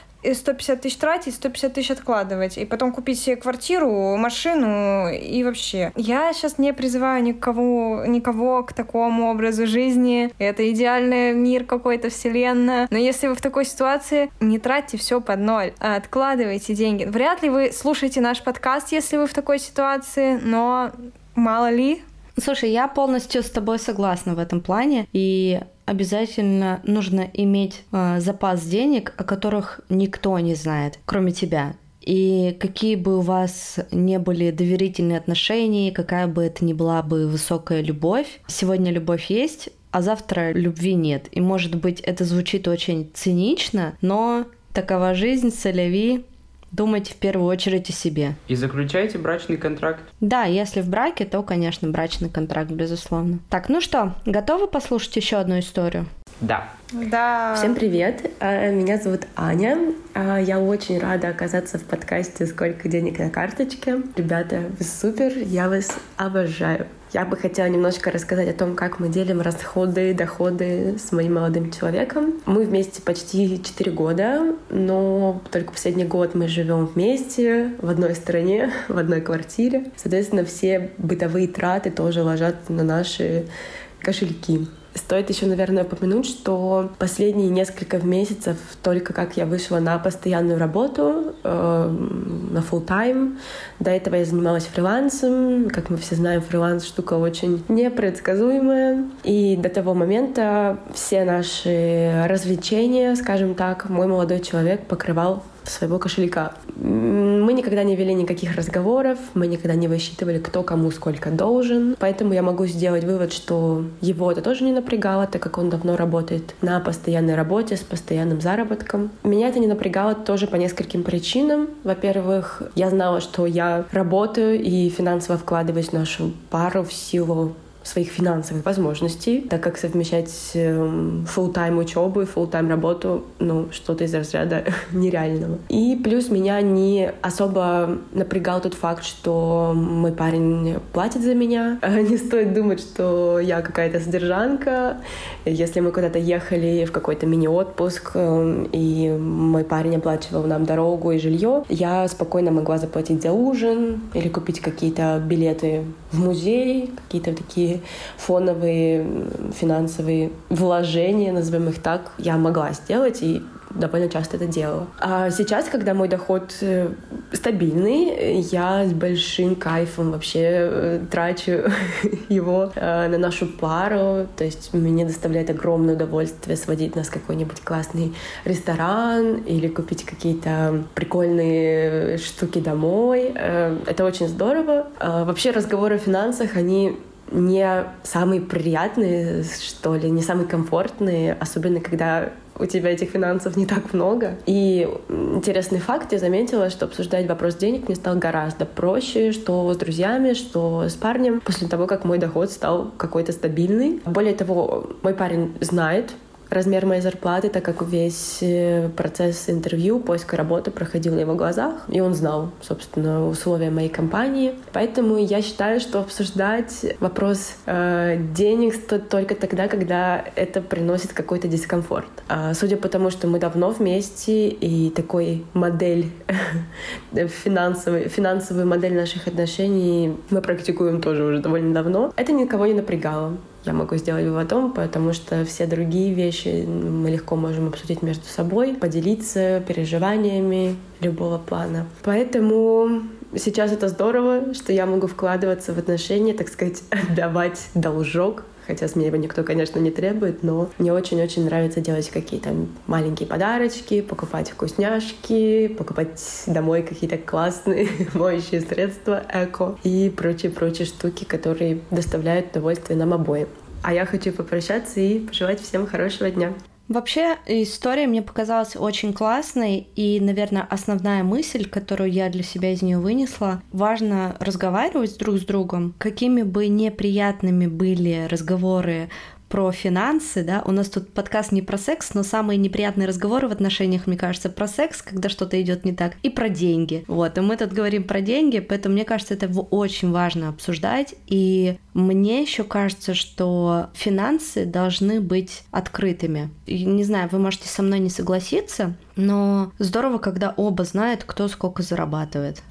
[SPEAKER 1] 150 тысяч тратить, 150 тысяч откладывать, и потом купить себе квартиру, машину и вообще. Я сейчас не призываю никого к такому образу жизни. Это идеальный мир какой-то, вселенная. Но если вы в такой ситуации, не тратьте все под ноль, а откладывайте деньги. Вряд ли вы слушаете наш подкаст, если вы в такой ситуации, но мало ли.
[SPEAKER 3] Слушай, я полностью с тобой согласна в этом плане, и обязательно нужно иметь запас денег, о которых никто не знает, кроме тебя. И какие бы у вас не были доверительные отношения, какая бы это ни была бы высокая любовь, сегодня любовь есть, а завтра любви нет. И, может быть, это звучит очень цинично, но такова жизнь, соляви. Думайте в первую очередь о себе.
[SPEAKER 2] И заключайте брачный контракт.
[SPEAKER 3] Да, если в браке, то, конечно, брачный контракт, безусловно. Так, ну что, готовы послушать еще одну историю?
[SPEAKER 2] Да.
[SPEAKER 1] Да.
[SPEAKER 7] Всем привет, меня зовут Аня. Я очень рада оказаться в подкасте «Сколько денег на карточке». Ребята, вы супер, я вас обожаю. Я бы хотела немножко рассказать о том, как мы делим расходы и доходы с моим молодым человеком. Мы вместе почти 4 года, но только последний год мы живем вместе, в одной стране, в одной квартире. Соответственно, все бытовые траты тоже ложат на наши кошельки. Стоит еще, наверное, упомянуть, что последние несколько месяцев, только как я вышла на постоянную работу, на full-time, до этого я занималась фрилансом. Как мы все знаем, фриланс — штука очень непредсказуемая. И до того момента все наши развлечения, скажем так, мой молодой человек покрывал своего кошелька. Мы никогда не вели никаких разговоров, мы никогда не высчитывали, кто кому сколько должен. Поэтому я могу сделать вывод, что его это тоже не напрягало, так как он давно работает на постоянной работе с постоянным заработком. Меня это не напрягало тоже по нескольким причинам. Во-первых, я знала, что я работаю и финансово вкладываюсь в нашу пару в силу своих финансовых возможностей, так как совмещать full-time учебу и full-time работу, что-то из разряда нереального. И плюс меня не особо напрягал тот факт, что мой парень платит за меня. Не стоит думать, что я какая-то содержанка. Если мы куда-то ехали в какой-то мини-отпуск, и мой парень оплачивал нам дорогу и жилье, я спокойно могла заплатить за ужин или купить какие-то билеты в музей, какие-то такие фоновые финансовые вложения, назовем их так, я могла сделать и довольно часто это делала. А сейчас, когда мой доход стабильный, я с большим кайфом вообще трачу его на нашу пару. То есть мне доставляет огромное удовольствие сводить нас в какой-нибудь классный ресторан или купить какие-то прикольные штуки домой. Это очень здорово. Вообще разговоры о финансах, они не самые приятные, что ли, не самые комфортные, особенно когда у тебя этих финансов не так много. И интересный факт, я заметила, что обсуждать вопрос денег мне стало гораздо проще, что с друзьями, что с парнем, после того, как мой доход стал какой-то стабильный. Более того, мой парень знает размер моей зарплаты, так как весь процесс интервью, поиска работы проходил на его глазах, и он знал, собственно, условия моей компании. Поэтому я считаю, что обсуждать вопрос денег стоит только тогда, когда это приносит какой-то дискомфорт. Судя по тому, что мы давно вместе, и такой модель, финансовую модель наших отношений мы практикуем тоже уже довольно давно, это никого не напрягало. Я могу сделать вывод о том, потому что все другие вещи мы легко можем обсудить между собой, поделиться переживаниями любого плана. Поэтому сейчас это здорово, что я могу вкладываться в отношения, так сказать, отдавать должок, хотя с меня его никто, конечно, не требует, но мне очень-очень нравится делать какие-то маленькие подарочки, покупать вкусняшки, покупать домой какие-то классные моющие средства эко и прочие штуки, которые доставляют удовольствие нам обоим. А я хочу попрощаться и пожелать всем хорошего дня.
[SPEAKER 3] Вообще, история мне показалась очень классной, и, наверное, основная мысль, которую я для себя из нее вынесла, важно разговаривать друг с другом, какими бы неприятными были разговоры про финансы, да, у нас тут подкаст не про секс, но самые неприятные разговоры в отношениях, мне кажется, про секс, когда что-то идет не так, и про деньги. Вот, и мы тут говорим про деньги, поэтому мне кажется, это очень важно обсуждать, и мне еще кажется, что финансы должны быть открытыми. И, не знаю, вы можете со мной не согласиться, но здорово, когда оба знают, кто сколько зарабатывает.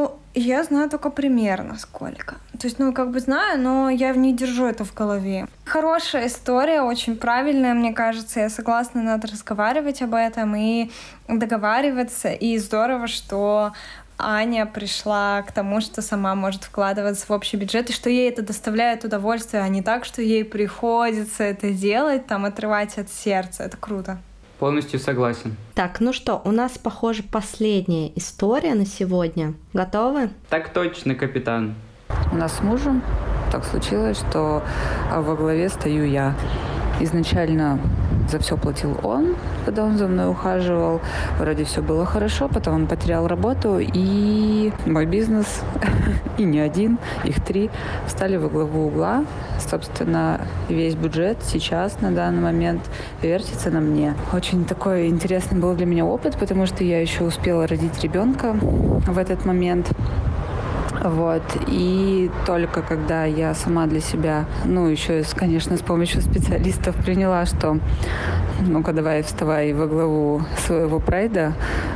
[SPEAKER 1] Я знаю только примерно сколько. То есть, знаю, но я не держу это в голове. Хорошая история, очень правильная, мне кажется. Я согласна, надо разговаривать об этом и договариваться. И здорово, что Аня пришла к тому, что сама может вкладываться в общий бюджет, и что ей это доставляет удовольствие, а не так, что ей приходится это делать, отрывать от сердца. Это круто.
[SPEAKER 2] Полностью согласен.
[SPEAKER 3] Так, что, у нас, похоже, последняя история на сегодня. Готовы?
[SPEAKER 2] Так точно, капитан.
[SPEAKER 8] У нас с мужем так случилось, что во главе стою я. Изначально за все платил он, когда он за мной ухаживал. Вроде все было хорошо, потом он потерял работу, и мой бизнес, и не один, их 3, встали во главу угла. Собственно, весь бюджет сейчас, на данный момент, вертится на мне. Очень такой интересный был для меня опыт, потому что я еще успела родить ребенка в этот момент. Вот. И только когда я сама для себя, еще, конечно, с помощью специалистов приняла, что ну-ка давай вставай во главу своего прайда,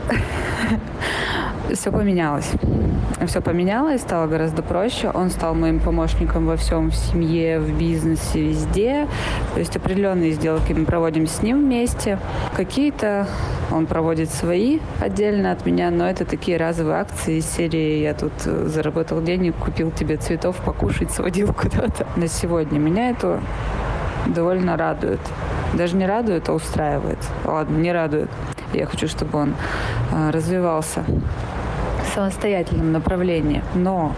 [SPEAKER 8] все поменялось. Все поменялось, стало гораздо проще. Он стал моим помощником во всем, в семье, в бизнесе, везде. То есть определенные сделки мы проводим с ним вместе. Какие-то он проводит свои отдельно от меня, но это такие разовые акции из серии «Я тут заработал денег, купил тебе цветов покушать, сводил куда-то». На сегодня меня это довольно радует. Даже не радует, а устраивает. Ладно, не радует. Я хочу, чтобы он развивался в самостоятельном направлении. Но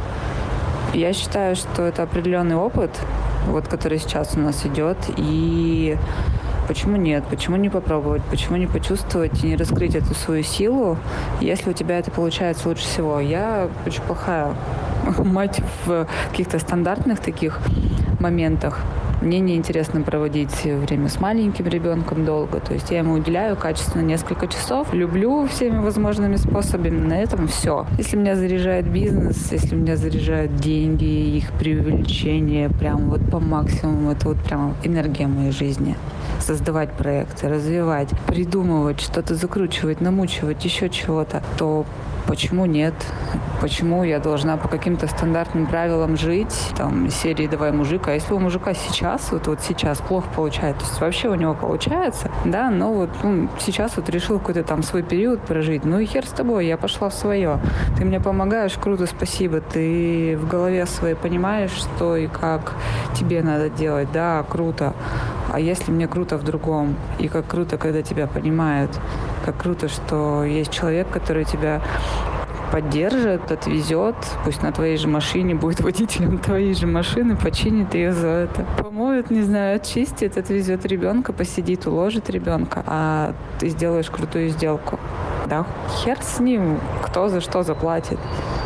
[SPEAKER 8] я считаю, что это определенный опыт, который сейчас у нас идет. И почему нет? Почему не попробовать? Почему не почувствовать и не раскрыть эту свою силу, если у тебя это получается лучше всего? Я очень плохая мать в каких-то стандартных таких моментах. Мне неинтересно проводить время с маленьким ребенком долго. То есть я ему уделяю качественно несколько часов. Люблю всеми возможными способами. На этом все. Если меня заряжает бизнес, если меня заряжают деньги, их преувеличение прям по максимуму, это прям энергия моей жизни. Создавать проекты, развивать, придумывать, что-то закручивать, намучивать, еще чего-то, то почему нет? Почему я должна по каким-то стандартным правилам жить? Из серии «Давай, мужик». А если у мужика сейчас, сейчас плохо получается, то есть вообще у него получается, да, но сейчас решил какой-то свой период прожить, и хер с тобой, я пошла в свое. Ты мне помогаешь, круто, спасибо. Ты в голове своей понимаешь, что и как тебе надо делать, да, круто. А если мне круто в другом? И как круто, когда тебя понимают. Как круто, что есть человек, который тебя поддержит, отвезет, пусть на твоей же машине, будет водителем твоей же машины, починит ее за это. Помоет, не знаю, очистит, отвезет ребенка, посидит, уложит ребенка, а ты сделаешь крутую сделку. Да, хер с ним, кто за что заплатит.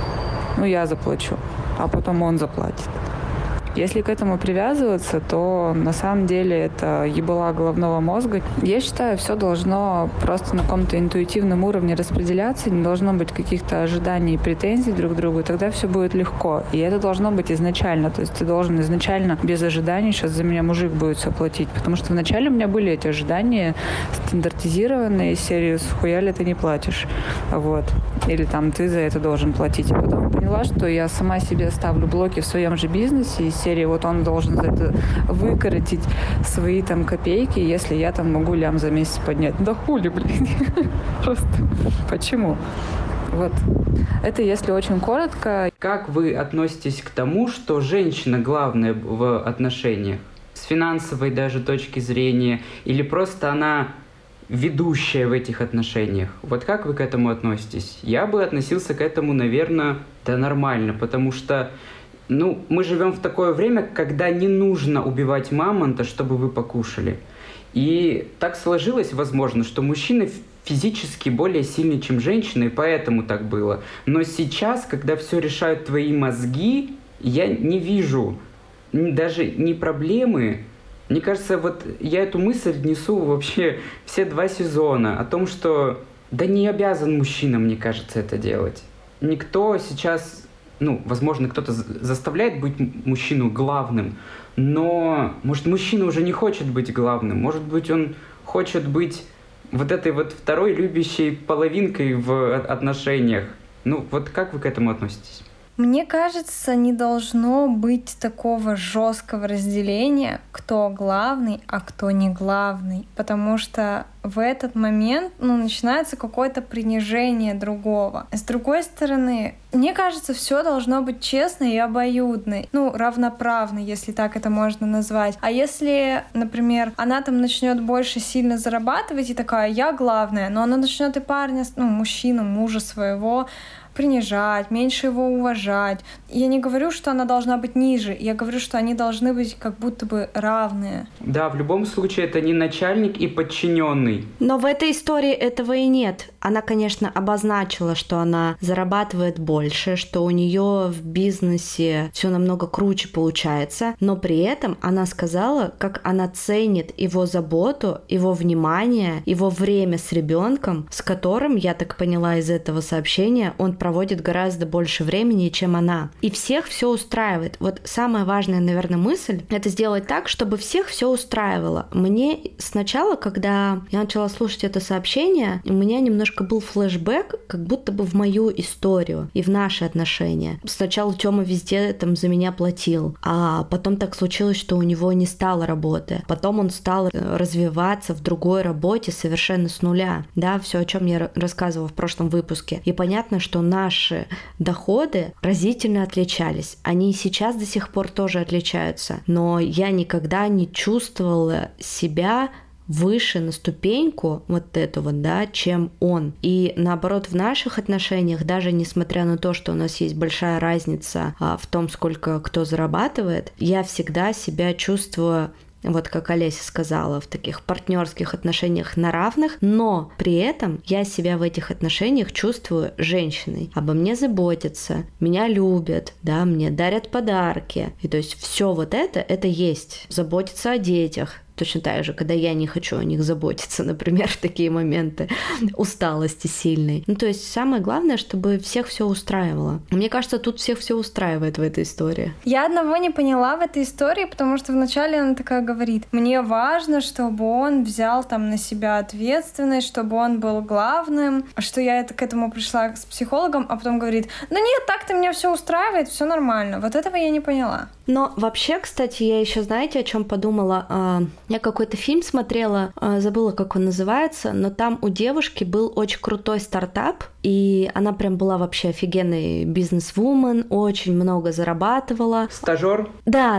[SPEAKER 8] Я заплачу, а потом он заплатит. Если к этому привязываться, то на самом деле это ебала головного мозга. Я считаю, все должно просто на каком-то интуитивном уровне распределяться, не должно быть каких-то ожиданий и претензий друг к другу, и тогда все будет легко. И это должно быть изначально. То есть ты должен изначально без ожиданий, сейчас за меня мужик будет все платить. Потому что вначале у меня были эти ожидания стандартизированные из серии «Схуя ли ты не платишь?» Или ты за это должен платить. И потом поняла, что я сама себе ставлю блоки в своем же бизнесе из серии он должен за это выкоротить свои копейки, если я могу лям за месяц поднять. Да хули, блин. Просто почему? Это если очень коротко.
[SPEAKER 2] Как вы относитесь к тому, что женщина главная в отношениях? с финансовой даже точки зрения, или просто она ведущая в этих отношениях. Вот как вы к этому относитесь? Я бы относился к этому, наверное, да нормально, потому что мы живем в такое время, когда не нужно убивать мамонта, чтобы вы покушали. И так сложилось, возможно, что мужчины физически более сильны, чем женщины, и поэтому так было. Но сейчас, когда все решают твои мозги, я не вижу даже не проблемы. Мне кажется, вот я эту мысль несу вообще все 2 сезона о том, что да не обязан мужчина, мне кажется, это делать. Никто сейчас, возможно, кто-то заставляет быть мужчину главным, но, может, мужчина уже не хочет быть главным, может быть, он хочет быть вот этой вот второй любящей половинкой в отношениях. Вот как вы к этому относитесь?
[SPEAKER 1] Мне кажется, не должно быть такого жесткого разделения, кто главный, а кто не главный, потому что в этот момент начинается какое-то принижение другого. С другой стороны, мне кажется, все должно быть честно и обоюдно, равноправно, если так это можно назвать. А если, например, она там начнет больше сильно зарабатывать и такая, я главная, но она начнет и парня, мужчину, мужа своего принижать, меньше его уважать. Я не говорю, что она должна быть ниже, я говорю, что они должны быть как будто бы равные.
[SPEAKER 2] Да, в любом случае это не начальник и подчиненный.
[SPEAKER 3] Но в этой истории этого и нет. Она, конечно, обозначила, что она зарабатывает больше, что у нее в бизнесе все намного круче получается, но при этом она сказала, как она ценит его заботу, его внимание, его время с ребенком, с которым, я так поняла из этого сообщения, он проводит гораздо больше времени, чем она. И всех все устраивает. Вот самая важная, наверное, мысль — это сделать так, чтобы всех все устраивало. Мне сначала, когда я начала слушать это сообщение, у меня немножко был флешбэк, как будто бы в мою историю и в наши отношения. Сначала Тёма везде за меня платил, а потом так случилось, что у него не стало работы. Потом он стал развиваться в другой работе совершенно с нуля. Да, все, о чем я рассказывала в прошлом выпуске. И понятно, что наши доходы разительно отличались. Они и сейчас до сих пор тоже отличаются. Но я никогда не чувствовала себя выше на ступеньку вот этого, чем он. И наоборот, в наших отношениях, даже несмотря на то, что у нас есть большая разница в том, сколько кто зарабатывает, я всегда себя чувствую, вот как Олеся сказала, в таких партнерских отношениях на равных, но при этом я себя в этих отношениях чувствую женщиной. Обо мне заботятся, меня любят, мне дарят подарки. И то есть все вот это есть. Заботиться о детях. Точно так же, когда я не хочу о них заботиться, например, в такие моменты усталости сильной. То есть самое главное, чтобы всех все устраивало. Мне кажется, тут всех все устраивает в этой истории.
[SPEAKER 1] Я одного не поняла в этой истории, потому что вначале она такая говорит, мне важно, чтобы он взял на себя ответственность, чтобы он был главным, что я к этому пришла с психологом, а потом говорит, нет, так-то меня все устраивает, все нормально. Вот этого я не поняла.
[SPEAKER 3] Но вообще, кстати, я еще, знаете, о чем подумала? Я какой-то фильм смотрела, забыла, как он называется, но там у девушки был очень крутой стартап, и она прям была вообще офигенной бизнес-вумен, очень много зарабатывала.
[SPEAKER 2] Стажер?
[SPEAKER 3] Да.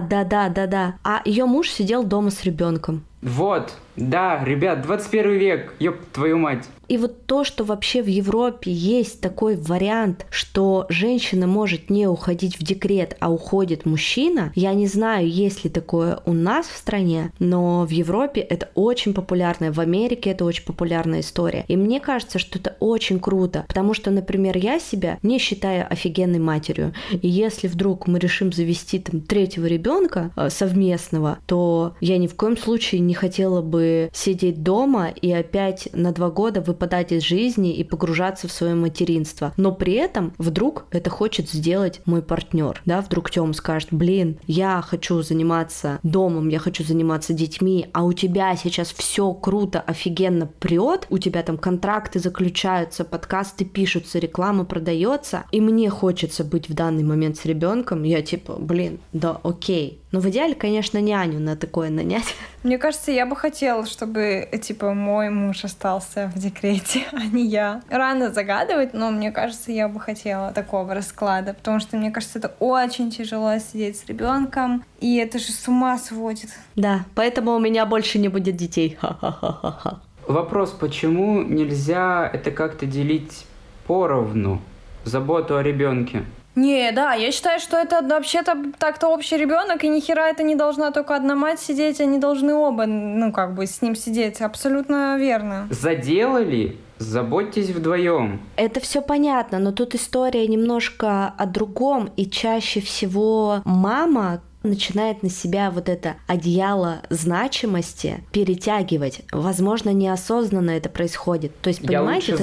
[SPEAKER 3] А ее муж сидел дома с ребенком.
[SPEAKER 2] Вот, да, ребят, 21 век, ёб твою мать.
[SPEAKER 3] И вот то, что вообще в Европе есть такой вариант, что женщина может не уходить в декрет, а уходит мужчина, я не знаю, есть ли такое у нас в стране, но в Европе это очень популярно, в Америке это очень популярная история. И мне кажется, что это очень круто, потому что, например, я себя не считаю офигенной матерью. И если вдруг мы решим завести 3-го ребенка совместного, то я ни в коем случае не хотела бы сидеть дома и опять на 2 года выпадать из жизни и погружаться в свое материнство. Но при этом вдруг это хочет сделать мой партнер. Вдруг Тёма скажет, я хочу заниматься домом, я хочу заниматься детьми, а у тебя сейчас все круто, офигенно прет, у тебя контракты заключаются, подкасты пишутся, реклама продается, и мне хочется быть в данный момент с ребенком. Я да, окей. Но в идеале, конечно, няню на такое нанять.
[SPEAKER 1] Мне кажется, я бы хотела, чтобы, типа, мой муж остался в декрете, а не я. Рано загадывать, но мне кажется, я бы хотела такого расклада, потому что, мне кажется, это очень тяжело сидеть с ребенком, и это же с ума сводит.
[SPEAKER 3] Да, поэтому у меня больше не будет детей. Ха-ха-ха-ха.
[SPEAKER 2] Вопрос, почему нельзя это как-то делить поровну, заботу о ребенке?
[SPEAKER 1] Не, да, я считаю, что это вообще-то так-то общий ребенок, и нихера это не должна только одна мать сидеть, они должны оба, с ним сидеть. Абсолютно верно.
[SPEAKER 2] Заделали? Заботьтесь вдвоем.
[SPEAKER 3] Это все понятно, но тут история немножко о другом, и чаще всего мама начинает на себя вот это одеяло значимости перетягивать. Возможно, неосознанно это происходит. То есть, понимаете,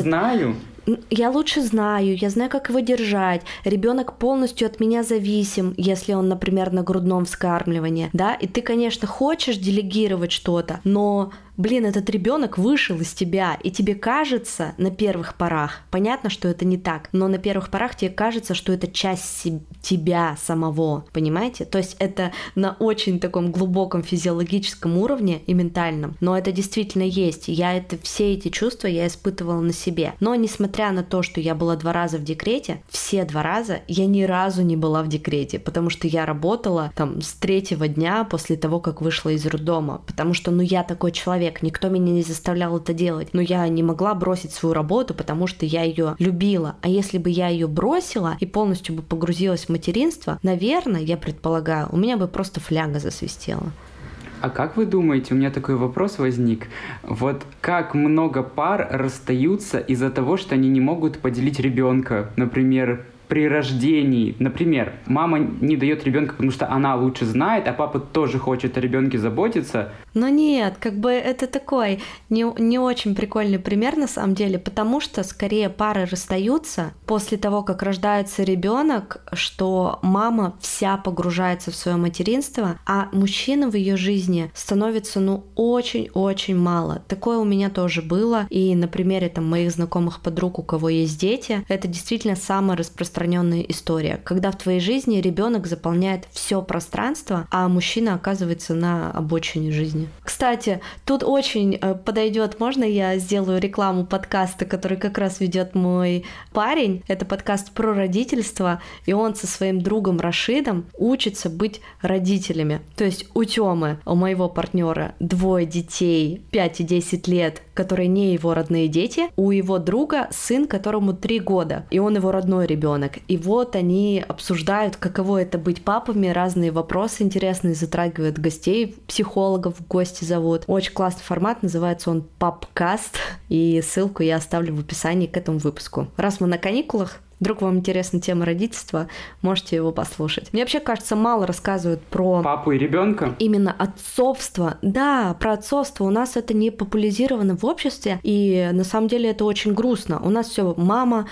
[SPEAKER 3] я лучше знаю, я знаю, как его держать. Ребенок полностью от меня зависим, если он, например, на грудном вскармливании, да, и ты, конечно, хочешь делегировать что-то, но этот ребенок вышел из тебя, и тебе кажется на первых порах, понятно, что это не так, но на первых порах тебе кажется, что это часть тебя самого, понимаете? То есть это на очень таком глубоком физиологическом уровне и ментальном, но это действительно есть. Все эти чувства я испытывала на себе. Но несмотря на то, что я была 2 раза в декрете, все 2 раза я ни разу не была в декрете, потому что я работала там с 3-го дня после того, как вышла из роддома, потому что, я такой человек, никто меня не заставлял это делать, но я не могла бросить свою работу, потому что я ее любила. А если бы я ее бросила и полностью бы погрузилась в материнство, наверное, я предполагаю, у меня бы просто фляга засвистела.
[SPEAKER 2] А как вы думаете, у меня такой вопрос возник, вот как много пар расстаются из-за того, что они не могут поделить ребенка, например, при рождении, например, мама не дает ребенка, потому что она лучше знает, а папа тоже хочет о ребенке заботиться.
[SPEAKER 3] Но нет, это такой не очень прикольный пример на самом деле, потому что скорее пары расстаются после того, как рождается ребенок, что мама вся погружается в свое материнство, а мужчина в ее жизни становится очень-очень мало. Такое у меня тоже было, и на примере моих знакомых подруг, у кого есть дети, это действительно самая распространенная история, когда в твоей жизни ребенок заполняет все пространство, а мужчина оказывается на обочине жизни. Кстати, тут очень подойдет, можно я сделаю рекламу подкаста, который как раз ведет мой парень. Это подкаст про родительство, и он со своим другом Рашидом учится быть родителями. То есть у Тёмы, у моего партнера, 2 детей, 5 и 10 лет, которые не его родные дети, у его друга сын, которому 3 года, и он его родной ребенок. И вот они обсуждают, каково это быть папами, разные вопросы интересные, затрагивают гостей, психологов в гости зовут. Очень классный формат, называется он «Папкаст», и ссылку я оставлю в описании к этому выпуску. Раз мы на каникулах, вдруг вам интересна тема родительства, можете его послушать. Мне вообще кажется, мало рассказывают про
[SPEAKER 2] папу и ребенка.
[SPEAKER 3] Именно отцовство. Да, про отцовство. У нас это не популяризировано в обществе, и на самом деле это очень грустно. У нас все мама,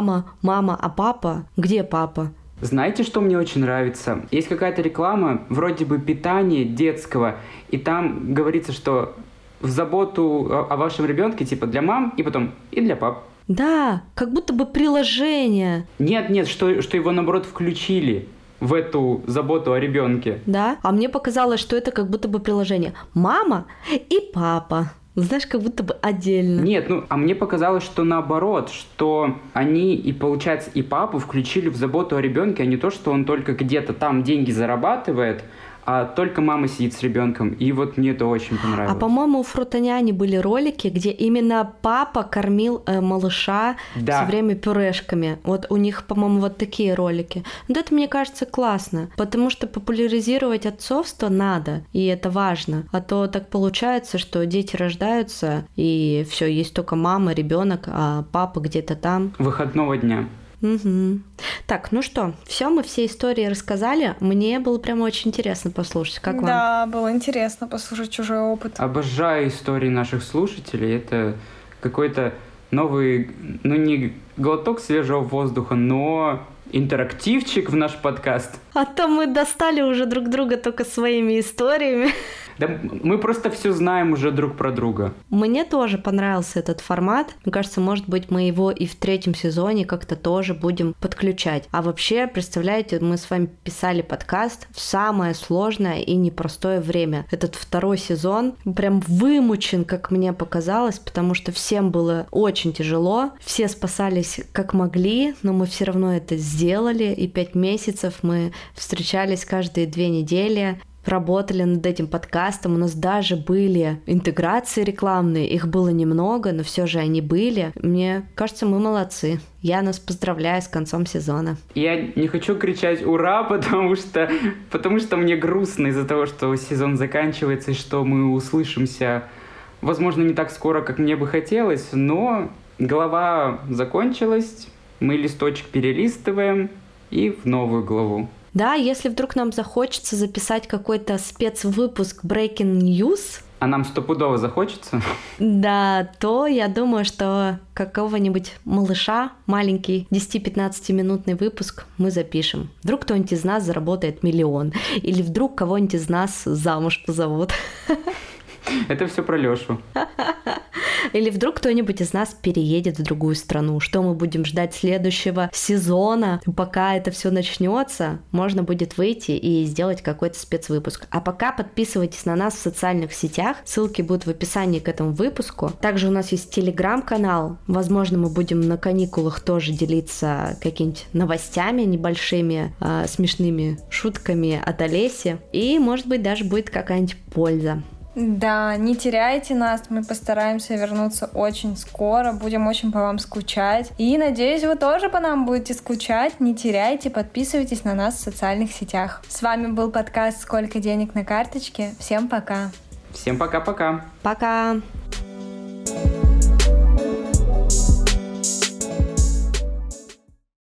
[SPEAKER 3] а папа? Где папа?
[SPEAKER 2] Знаете, что мне очень нравится? Есть какая-то реклама, вроде бы питания детского, и там говорится, что в заботу о вашем ребенке для мам, и потом и для пап.
[SPEAKER 3] Да, как будто бы приложение.
[SPEAKER 2] Нет, что его наоборот включили в эту заботу о ребенке.
[SPEAKER 3] Да, а мне показалось, что это как будто бы приложение. Мама и папа. Знаешь, как будто бы отдельно.
[SPEAKER 2] Нет, а мне показалось, что наоборот, что они и, получается, и папу включили в заботу о ребенке, а не то, что он только где-то там деньги зарабатывает, а только мама сидит с ребенком. И вот мне это очень понравилось.
[SPEAKER 3] А по-моему, у Фрутоняни были ролики, где именно папа кормил малыша все время пюрешками. Вот у них, по-моему, вот такие ролики. Вот это, мне кажется, классно, потому что популяризировать отцовство надо, и это важно. А то так получается, что дети рождаются, и все, есть только мама, ребенок, а папа где-то там.
[SPEAKER 2] Выходного дня.
[SPEAKER 3] Угу. Так, все, мы все истории рассказали. Мне было прям очень интересно послушать. Как вам?
[SPEAKER 1] Да, было интересно послушать чужой опыт.
[SPEAKER 2] Обожаю истории наших слушателей. Это какой-то новый, не глоток свежего воздуха, но интерактивчик в наш подкаст.
[SPEAKER 3] А то мы достали уже друг друга только своими историями.
[SPEAKER 2] Да мы просто все знаем уже друг про друга.
[SPEAKER 3] Мне тоже понравился этот формат. Мне кажется, может быть, мы его и в 3-м сезоне как-то тоже будем подключать. А вообще, представляете, мы с вами писали подкаст в самое сложное и непростое время. Этот 2-й сезон прям вымучен, как мне показалось, потому что всем было очень тяжело. Все спасались как могли, но мы все равно это сделали. И 5 месяцев мы встречались каждые 2 недели. Работали над этим подкастом, у нас даже были интеграции рекламные, их было немного, но все же они были. Мне кажется, мы молодцы. Я нас поздравляю с концом сезона.
[SPEAKER 2] Я не хочу кричать «Ура!», потому что мне грустно из-за того, что сезон заканчивается и что мы услышимся, возможно, не так скоро, как мне бы хотелось, но глава закончилась, мы листочек перелистываем и в новую главу.
[SPEAKER 3] Да, если вдруг нам захочется записать какой-то спецвыпуск Breaking News,
[SPEAKER 2] а нам стопудово захочется,
[SPEAKER 3] да, то я думаю, что какого-нибудь малыша, маленький 10-15-минутный выпуск мы запишем. Вдруг кто-нибудь из нас заработает 1 миллион, или вдруг кого-нибудь из нас замуж позовут.
[SPEAKER 2] Это все про Лёшу.
[SPEAKER 3] Или вдруг кто-нибудь из нас переедет в другую страну. Что мы будем ждать следующего сезона? Пока это все начнется, можно будет выйти и сделать какой-то спецвыпуск. А пока подписывайтесь на нас в социальных сетях. Ссылки будут в описании к этому выпуску. Также у нас есть телеграм-канал. Возможно, мы будем на каникулах тоже делиться какими-нибудь новостями небольшими, смешными шутками от Олеси. И, может быть, даже будет какая-нибудь польза.
[SPEAKER 1] Да, не теряйте нас, мы постараемся вернуться очень скоро, будем очень по вам скучать. И надеюсь, вы тоже по нам будете скучать. Не теряйте, подписывайтесь на нас в социальных сетях. С вами был подкаст «Сколько денег на карточке». Всем пока.
[SPEAKER 2] Всем пока-пока.
[SPEAKER 3] Пока.